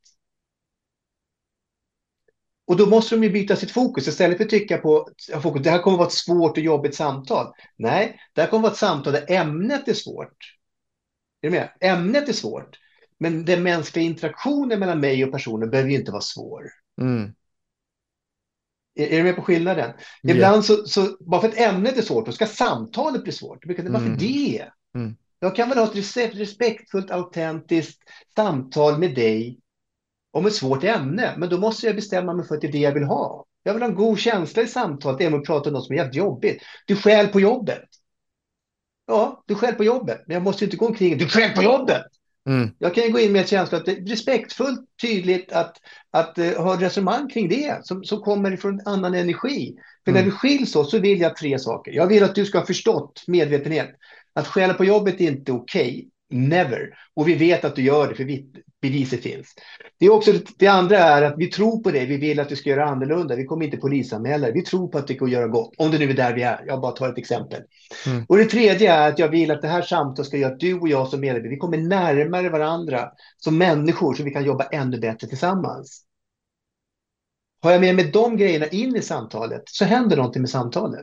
Speaker 1: Och då måste de ju byta sitt fokus. Istället för att tycka på fokus, det här kommer att vara ett svårt och jobbigt samtal. Nej, det här kommer att vara ett samtal där ämnet är svårt. Är du med? Ämnet är svårt. Men den mänskliga interaktionen mellan mig och personen behöver ju inte vara svår.
Speaker 2: Mm.
Speaker 1: Är, är du med på skillnaden?
Speaker 2: Yeah.
Speaker 1: Ibland så, så, bara för att ämnet är svårt, då ska samtalet bli svårt. Varför
Speaker 2: Mm.
Speaker 1: det?
Speaker 2: Mm.
Speaker 1: Jag kan väl ha ett respektfullt, autentiskt samtal med dig om ett svårt ämne, men då måste jag bestämma mig för att det är det jag vill ha. Jag vill ha en god känsla i samtalet, även om jag pratar om något som är jävligt jobbigt. Du skäl på jobbet. Ja, du skäl på jobbet, men jag måste inte gå omkring. Du skäl på jobbet!
Speaker 2: Mm.
Speaker 1: Jag kan ju gå in med ett känsla att det är respektfullt, tydligt att, att uh, ha ett resonemang kring det som, som kommer från en annan energi. För
Speaker 2: Mm.
Speaker 1: när vi skiljs åt så vill jag tre saker. Jag vill att du ska ha förstått medvetenhet. Att skälla på jobbet är inte okej. Okay. Never. Och vi vet att du gör det, för vi, beviset finns. Det, är också, det andra är att vi tror på det. Vi vill att du ska göra annorlunda. Vi kommer inte polisanmäla. Vi tror på att det går att göra gott. Om det nu är där vi är. Jag bara tar ett exempel.
Speaker 2: Mm.
Speaker 1: Och det tredje är att jag vill att det här samtalet ska göra att du och jag som medarbetare, vi kommer närmare varandra som människor så vi kan jobba ännu bättre tillsammans. Har jag med mig de grejerna in i samtalet så händer någonting med samtalet.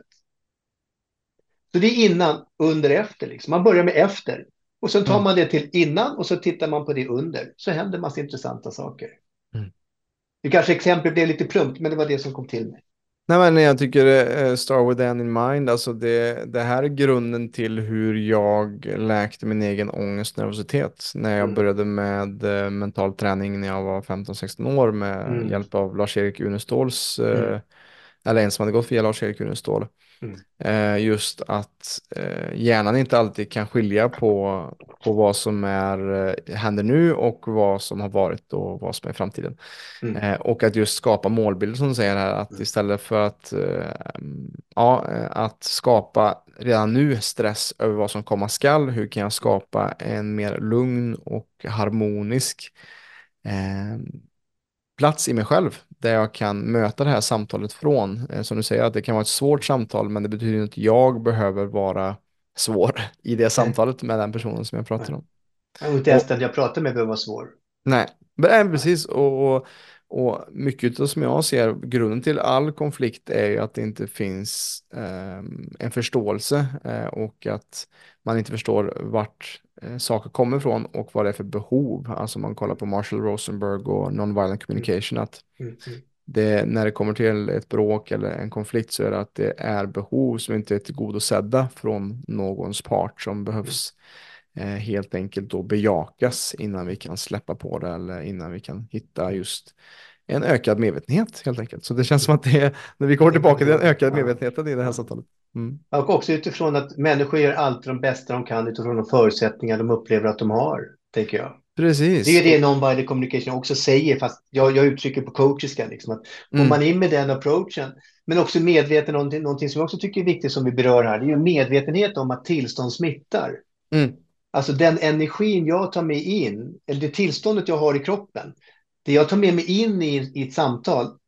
Speaker 1: Så det är innan, under, efter. Liksom. Man börjar med efter. Och sen tar
Speaker 2: Mm.
Speaker 1: man det till innan och så tittar man på det under. Så händer massa intressanta saker.
Speaker 2: Mm.
Speaker 1: Det kanske exempel blev lite plumpt, men det var det som kom till mig.
Speaker 2: Nej, men jag tycker uh, start with the end in mind, alltså det, det här är grunden till hur jag läkte min egen ångest och nervositet när jag
Speaker 1: Mm.
Speaker 2: började med uh, mental träning när jag var femton sexton år med
Speaker 1: Mm.
Speaker 2: hjälp av Lars-Erik Uneståls, uh,
Speaker 1: Mm.
Speaker 2: eller en som hade gått via Lars-Erik Unestål.
Speaker 1: Mm.
Speaker 2: Uh, just att uh, hjärnan inte alltid kan skilja på, på vad som är, uh, händer nu och vad som har varit och vad som är framtiden.
Speaker 1: Mm.
Speaker 2: Eh, och att just skapa målbilder som du säger här, att istället för att, eh, ja, att skapa redan nu stress över vad som komma skall, hur kan jag skapa en mer lugn och harmonisk eh, plats i mig själv där jag kan möta det här samtalet från, eh, som du säger, att det kan vara ett svårt samtal, men det betyder inte att jag behöver vara svår i det samtalet med den personen som jag pratar om.
Speaker 1: Jag har inte ens den jag pratar med behöver vara svår.
Speaker 2: Nej, men, precis. Och, och, och mycket av som jag ser, grunden till all konflikt är ju att det inte finns eh, en förståelse eh, och att man inte förstår vart eh, saker kommer ifrån och vad det är för behov. Alltså man kollar på Marshall Rosenberg och Nonviolent Communication, att
Speaker 1: Mm. Mm.
Speaker 2: det, när det kommer till ett bråk eller en konflikt så är det att det är behov som inte är tillgodosedda från någons part som behövs eh, helt enkelt då bejakas innan vi kan släppa på det eller innan vi kan hitta just en ökad medvetenhet helt enkelt. Så det känns som att det är, när vi kommer tillbaka till den ökade medvetenheten i det här samtalet. Mm.
Speaker 1: Och också utifrån att människor gör allt de bästa de kan utifrån de förutsättningar de upplever att de har, tänker jag.
Speaker 2: Precis.
Speaker 1: Det är det non-violent communication också säger, fast jag, jag uttrycker på coachiska, liksom, att
Speaker 2: Mm.
Speaker 1: om man in med den approachen, men också medveten om någonting som jag också tycker är viktigt som vi berör här, det är ju medvetenhet om att tillstånd smittar.
Speaker 2: Mm.
Speaker 1: Alltså den energin jag tar mig in, eller det tillståndet jag har i kroppen, det jag tar med mig in i, i ett samtal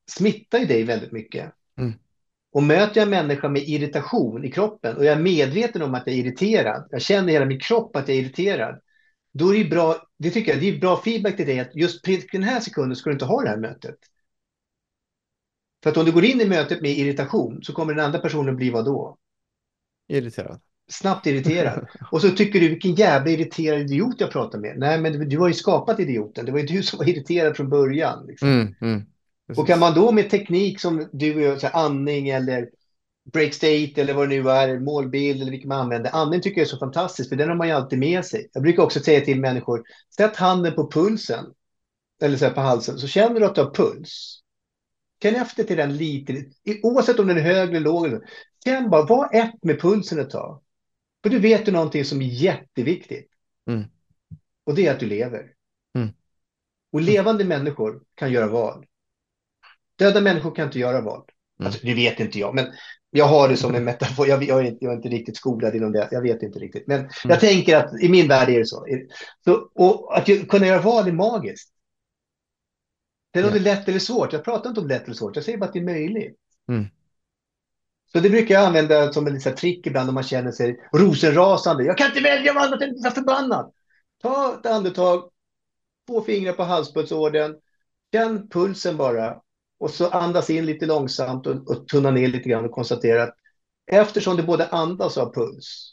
Speaker 1: smittar ju dig väldigt mycket.
Speaker 2: Mm.
Speaker 1: Och möter jag en människa med irritation i kroppen och jag är medveten om att jag är irriterad, jag känner i hela min kropp att jag är irriterad, då är det bra, det tycker jag, det är bra feedback till dig att just på den här sekunden ska du inte ha det här mötet. För att om du går in i mötet med irritation så kommer den andra personen bli vad då?
Speaker 2: Irriterad.
Speaker 1: Snabbt irriterad. Och så tycker du vilken jävla irriterad idiot jag pratar med. Nej, men du har ju skapat idioten. Det var ju du som var irriterad från början. Liksom.
Speaker 2: Mm, mm.
Speaker 1: Och kan man då med teknik som du gör, så här, andning eller break state eller vad det nu är, målbild eller vilket man använder. Andning tycker jag är så fantastiskt för den har man ju alltid med sig. Jag brukar också säga till människor, sätt handen på pulsen eller så här på halsen så känner du att du har puls. Känn efter till den lite, oavsett om den är hög eller låg. Känn bara, var ett med pulsen ett tag. För du vet du någonting som är jätteviktigt.
Speaker 2: Mm.
Speaker 1: Och det är att du lever.
Speaker 2: Mm.
Speaker 1: Och levande människor kan göra val. Döda människor kan inte göra val.
Speaker 2: Mm.
Speaker 1: Alltså, det vet inte jag, men jag har det som en metafor. Jag, jag, är, inte, jag är inte riktigt skolad inom det. Jag vet inte riktigt. Men mm. jag tänker att i min värld är det så. så och att kunna göra val är magiskt. Det är yeah. lätt eller svårt. Jag pratar inte om lätt eller svårt. Jag säger bara att det är möjligt.
Speaker 2: Mm.
Speaker 1: Så det brukar jag använda som en liten trick ibland om man känner sig rosenrasande. Jag kan inte välja vad annat än förbannad. Ta ett andetag, två fingrar på halspulsådern, känn pulsen bara och så andas in lite långsamt och, och tunna ner lite grann och konstatera att eftersom det både andas och har puls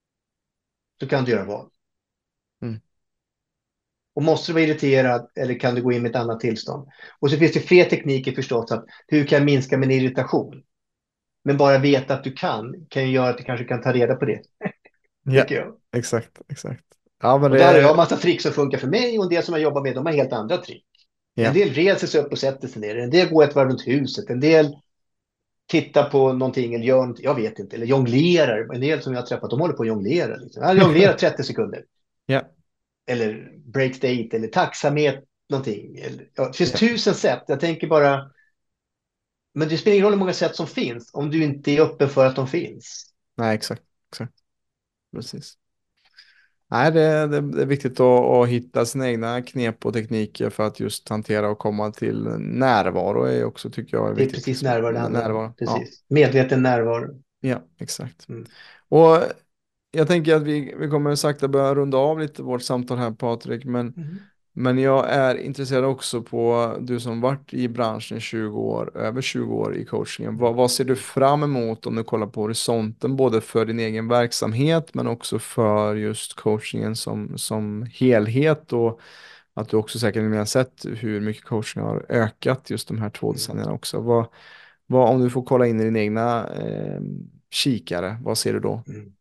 Speaker 1: så kan du göra val.
Speaker 2: Mm.
Speaker 1: Och måste du vara irriterad eller kan du gå in med ett annat tillstånd? Och så finns det fler tekniker förstås att hur kan jag minska min irritation? Men bara veta att du kan kan ju göra att du kanske kan ta reda på det.
Speaker 2: Ja, jag. exakt, exakt.
Speaker 1: Ja, men och det... där har jag en massa trick som funkar för mig och en del som jag jobbar med, de har helt andra trick. Ja. En del reser sig upp och sätter sig ner. En del går ett varv runt huset. En del tittar på någonting eller gör någonting, jag vet inte. Eller jonglerar. En del som jag har träffat, de håller på att jonglera. Liksom. Jag jonglerar trettio sekunder.
Speaker 2: Ja.
Speaker 1: Eller break state eller tacksamhet, någonting. Eller, ja, det finns ja. tusen sätt. Jag tänker bara, men det spelar ingen roll hur många sätt som finns om du inte är öppen för att de finns.
Speaker 2: Nej, exakt. exakt. Precis. Nej, det, det, det är viktigt att, att hitta sina egna knep och tekniker för att just hantera och komma till närvaro är också, tycker jag, är viktigt.
Speaker 1: Det är precis närvaro det handlar om.
Speaker 2: Närvaro.
Speaker 1: Precis. Ja. Medveten närvaro.
Speaker 2: Ja, exakt.
Speaker 1: Mm.
Speaker 2: Och jag tänker att vi, vi kommer sakta börja runda av lite vårt samtal här, Patrik, men
Speaker 1: Mm.
Speaker 2: Men jag är intresserad också på, du som varit i branschen tjugo år, över tjugo år i coachingen. Vad, vad ser du fram emot om du kollar på horisonten, både för din egen verksamhet men också för just coachingen som, som helhet, och att du också säkert har sett hur mycket coaching har ökat just de här två decennierna också. Vad, vad, om du får kolla in i din egna eh, kikare, vad ser du då?
Speaker 1: Mm.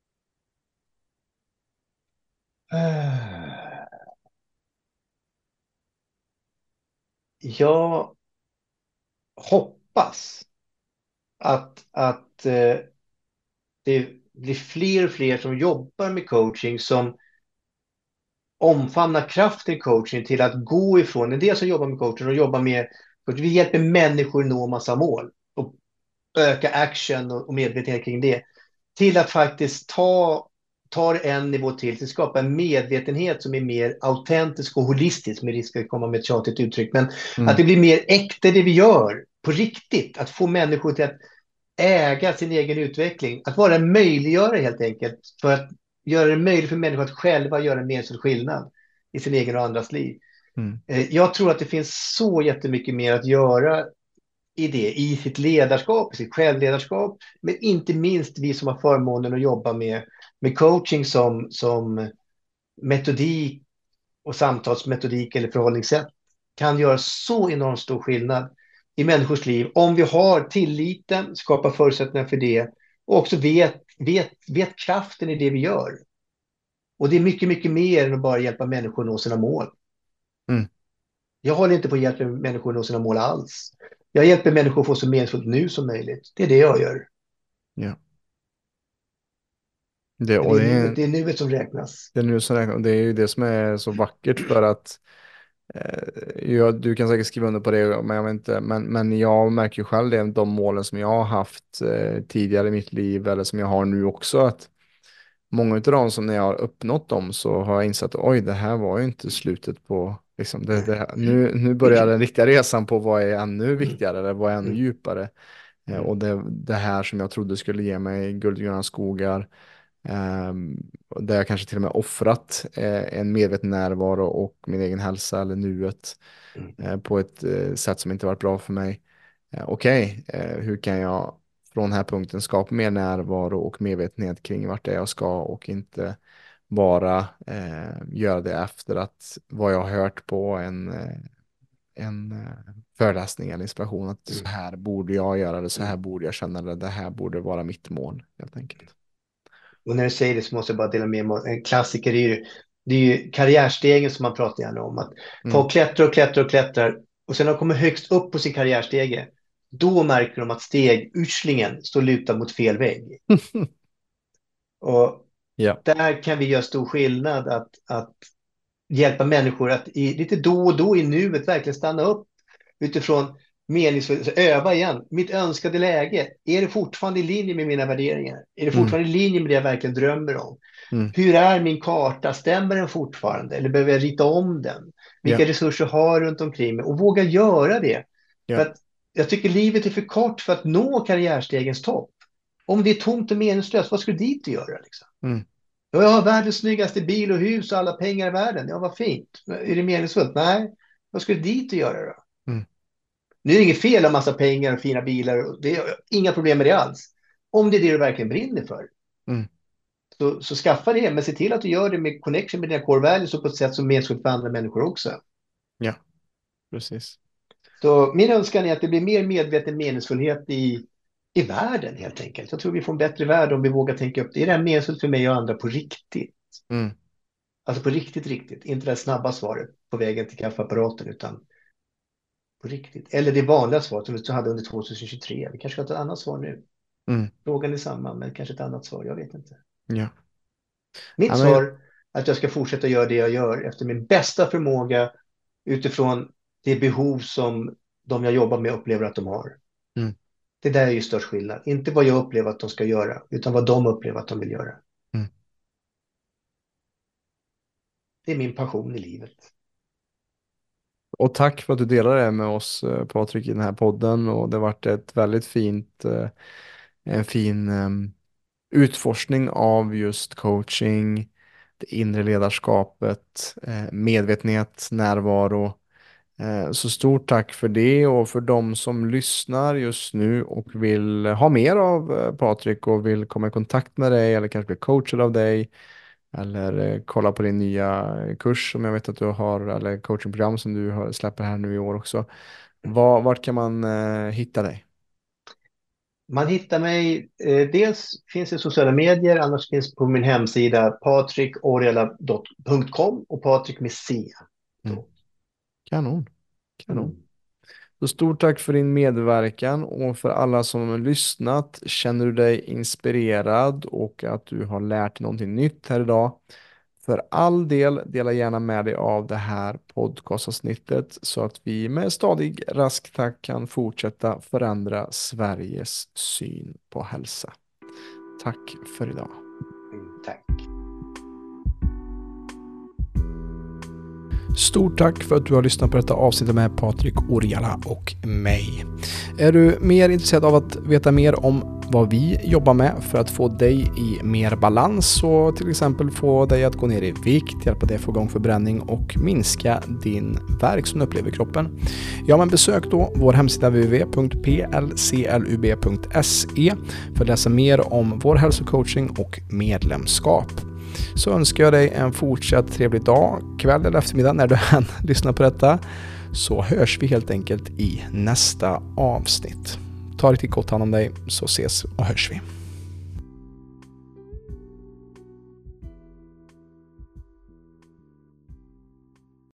Speaker 1: Uh. Jag hoppas att, att eh, det blir fler och fler som jobbar med coaching som omfamnar kraften i coaching till att gå ifrån en del som jobbar med coaching och jobbar med, vi hjälper människor nå massa mål och öka action och, och medvetenhet kring det, till att faktiskt ta tar en nivå till till att skapa en medvetenhet som är mer autentisk och holistisk, med risk att komma med ett tjatigt uttryck, men mm. att det blir mer äkta det vi gör på riktigt, att få människor till att äga sin egen utveckling, att vara en möjliggörare helt enkelt, för att göra det möjligt för människor att själva göra en mer skillnad i sin egen och andras liv. Mm. Jag tror att det finns så jättemycket mer att göra i det, i sitt ledarskap, i sitt självledarskap, men inte minst vi som har förmånen att jobba med med coaching som, som metodik och samtalsmetodik eller förhållningssätt kan göra så enormt stor skillnad i människors liv om vi har tilliten, skapar förutsättningar för det och också vet, vet, vet kraften i det vi gör. Och det är mycket, mycket mer än att bara hjälpa människor att nå sina mål. Mm. Jag håller inte på att hjälpa människor att nå sina mål alls. Jag hjälper människor att få så meningsfullt nu som möjligt. Det är det jag gör.
Speaker 2: Ja. Det,
Speaker 1: och det, är nuet, det är nuet som räknas.
Speaker 2: Det är nuet som räknas. Det är ju det som är så vackert, för att eh, jag, du kan säkert skriva under på det, men jag vet inte, men, men jag märker ju själv det, de målen som jag har haft eh, tidigare i mitt liv, eller som jag har nu också, att många av dem som när jag har uppnått dem så har jag insett att oj, det här var ju inte slutet på Liksom det, det, nu, nu börjar den riktiga resan på vad är ännu viktigare eller vad är ännu djupare. Eh, och det, det här som jag trodde skulle ge mig guld och gröna skogar. Eh, där jag kanske till och med offrat eh, en medveten närvaro och min egen hälsa eller nuet eh, på ett eh, sätt som inte varit bra för mig. Eh, Okej, okay, eh, hur kan jag från den här punkten skapa mer närvaro och medvetenhet kring vart det är jag ska och inte bara eh, göra det efter att vad jag har hört på en, eh, en eh, föreläsning eller inspiration att så här borde jag göra det, så här borde jag känna det, det här borde vara mitt mål helt enkelt.
Speaker 1: Och när du säger det så måste jag bara dela med mig. En klassiker är ju, det är ju karriärstegen som man pratar gärna om. Att
Speaker 2: Mm.
Speaker 1: folk klättrar och klättrar och klättrar. Och sen när de kommer högst upp på sin karriärstege, då märker de att stegurslingen står lutad mot fel vägg. Och
Speaker 2: Ja.
Speaker 1: där kan vi göra stor skillnad att, att hjälpa människor att i, lite då och då i nuet verkligen stanna upp utifrån meningsfullt, öva igen. Mitt önskade läge, är det fortfarande i linje med mina värderingar? Är det fortfarande mm. i linje med det jag verkligen drömmer om? Mm. Hur är min karta? Stämmer den fortfarande? Eller behöver jag rita om den? Vilka yeah. resurser har jag runt omkring mig? Och våga göra det. Yeah. För att jag tycker livet är för kort för att nå karriärstegens topp. Om det är tomt och meningslöst, vad ska du dit göra? Liksom? Mm. Ja, jag har världens snyggaste bil och hus och alla pengar i världen. Ja, vad fint. Är det meningsfullt? Nej. Vad ska du dit göra då? Mm. Nu är det inget fel att ha massa pengar och fina bilar. Det är inga problem med det alls. Om det är det du verkligen brinner för. Mm. Så, så skaffa det. Men se till att du gör det med connection med dina core values och på ett sätt som är meningsfullt för andra människor också.
Speaker 2: Ja, precis.
Speaker 1: Så min önskan är att det blir mer medveten meningsfullhet i, i världen helt enkelt. Jag tror vi får en bättre värld om vi vågar tänka upp det. Är det här meningsfullt för mig och andra på riktigt? Mm. Alltså på riktigt, riktigt. Inte det snabba svaret på vägen till kaffeapparaten utan på riktigt. Eller det vanliga svaret som vi hade under tjugohundratjugotre. Vi kanske ska ta ett annat svar nu. Mm. Frågan är samma, men kanske ett annat svar. Jag vet inte.
Speaker 2: Ja.
Speaker 1: Mitt
Speaker 2: ja, men...
Speaker 1: svar är att jag ska fortsätta göra det jag gör efter min bästa förmåga utifrån det behov som de jag jobbar med upplever att de har. Mm. Det där är ju störst skillnad. Inte vad jag upplever att de ska göra, utan vad de upplever att de vill göra. Mm. Det är min passion i livet.
Speaker 2: Och tack för att du delade det med oss, Patrik, i den här podden. Och det har varit ett väldigt fint, en fin utforskning av just coaching, det inre ledarskapet, medvetenhet, närvaro. Så stort tack för det, och för de som lyssnar just nu och vill ha mer av Patrik och vill komma i kontakt med dig eller kanske bli coachad av dig. Eller kolla på din nya kurs som jag vet att du har, eller coachingprogram som du har, släpper här nu i år också. Var, vart kan man eh, hitta dig?
Speaker 1: Man hittar mig, eh, dels finns det sociala medier, annars finns på min hemsida patrik orjala punkt com och Patrik med C.
Speaker 2: Mm. Kanon. Kanon. Mm. Så stort tack för din medverkan, och för alla som har lyssnat, känner du dig inspirerad och att du har lärt dig någonting nytt här idag, för all del, dela gärna med dig av det här podcastavsnittet så att vi med stadig rask takt kan fortsätta förändra Sveriges syn på hälsa. Tack för idag.
Speaker 1: Mm, tack.
Speaker 2: Stort tack för att du har lyssnat på detta avsnitt med Patrik Orjala och mig. Är du mer intresserad av att veta mer om vad vi jobbar med för att få dig i mer balans och till exempel få dig att gå ner i vikt, hjälpa dig att få igång förbränning och minska din värk som du upplever i kroppen? Ja, men besök då vår hemsida w w w punkt p l c l u b punkt s e för att läsa mer om vår hälsocoaching och medlemskap. Så önskar jag dig en fortsatt trevlig dag, kväll eller eftermiddag när du än lyssnar på detta. Så hörs vi helt enkelt i nästa avsnitt. Ta riktigt gott hand om dig, så ses och hörs vi.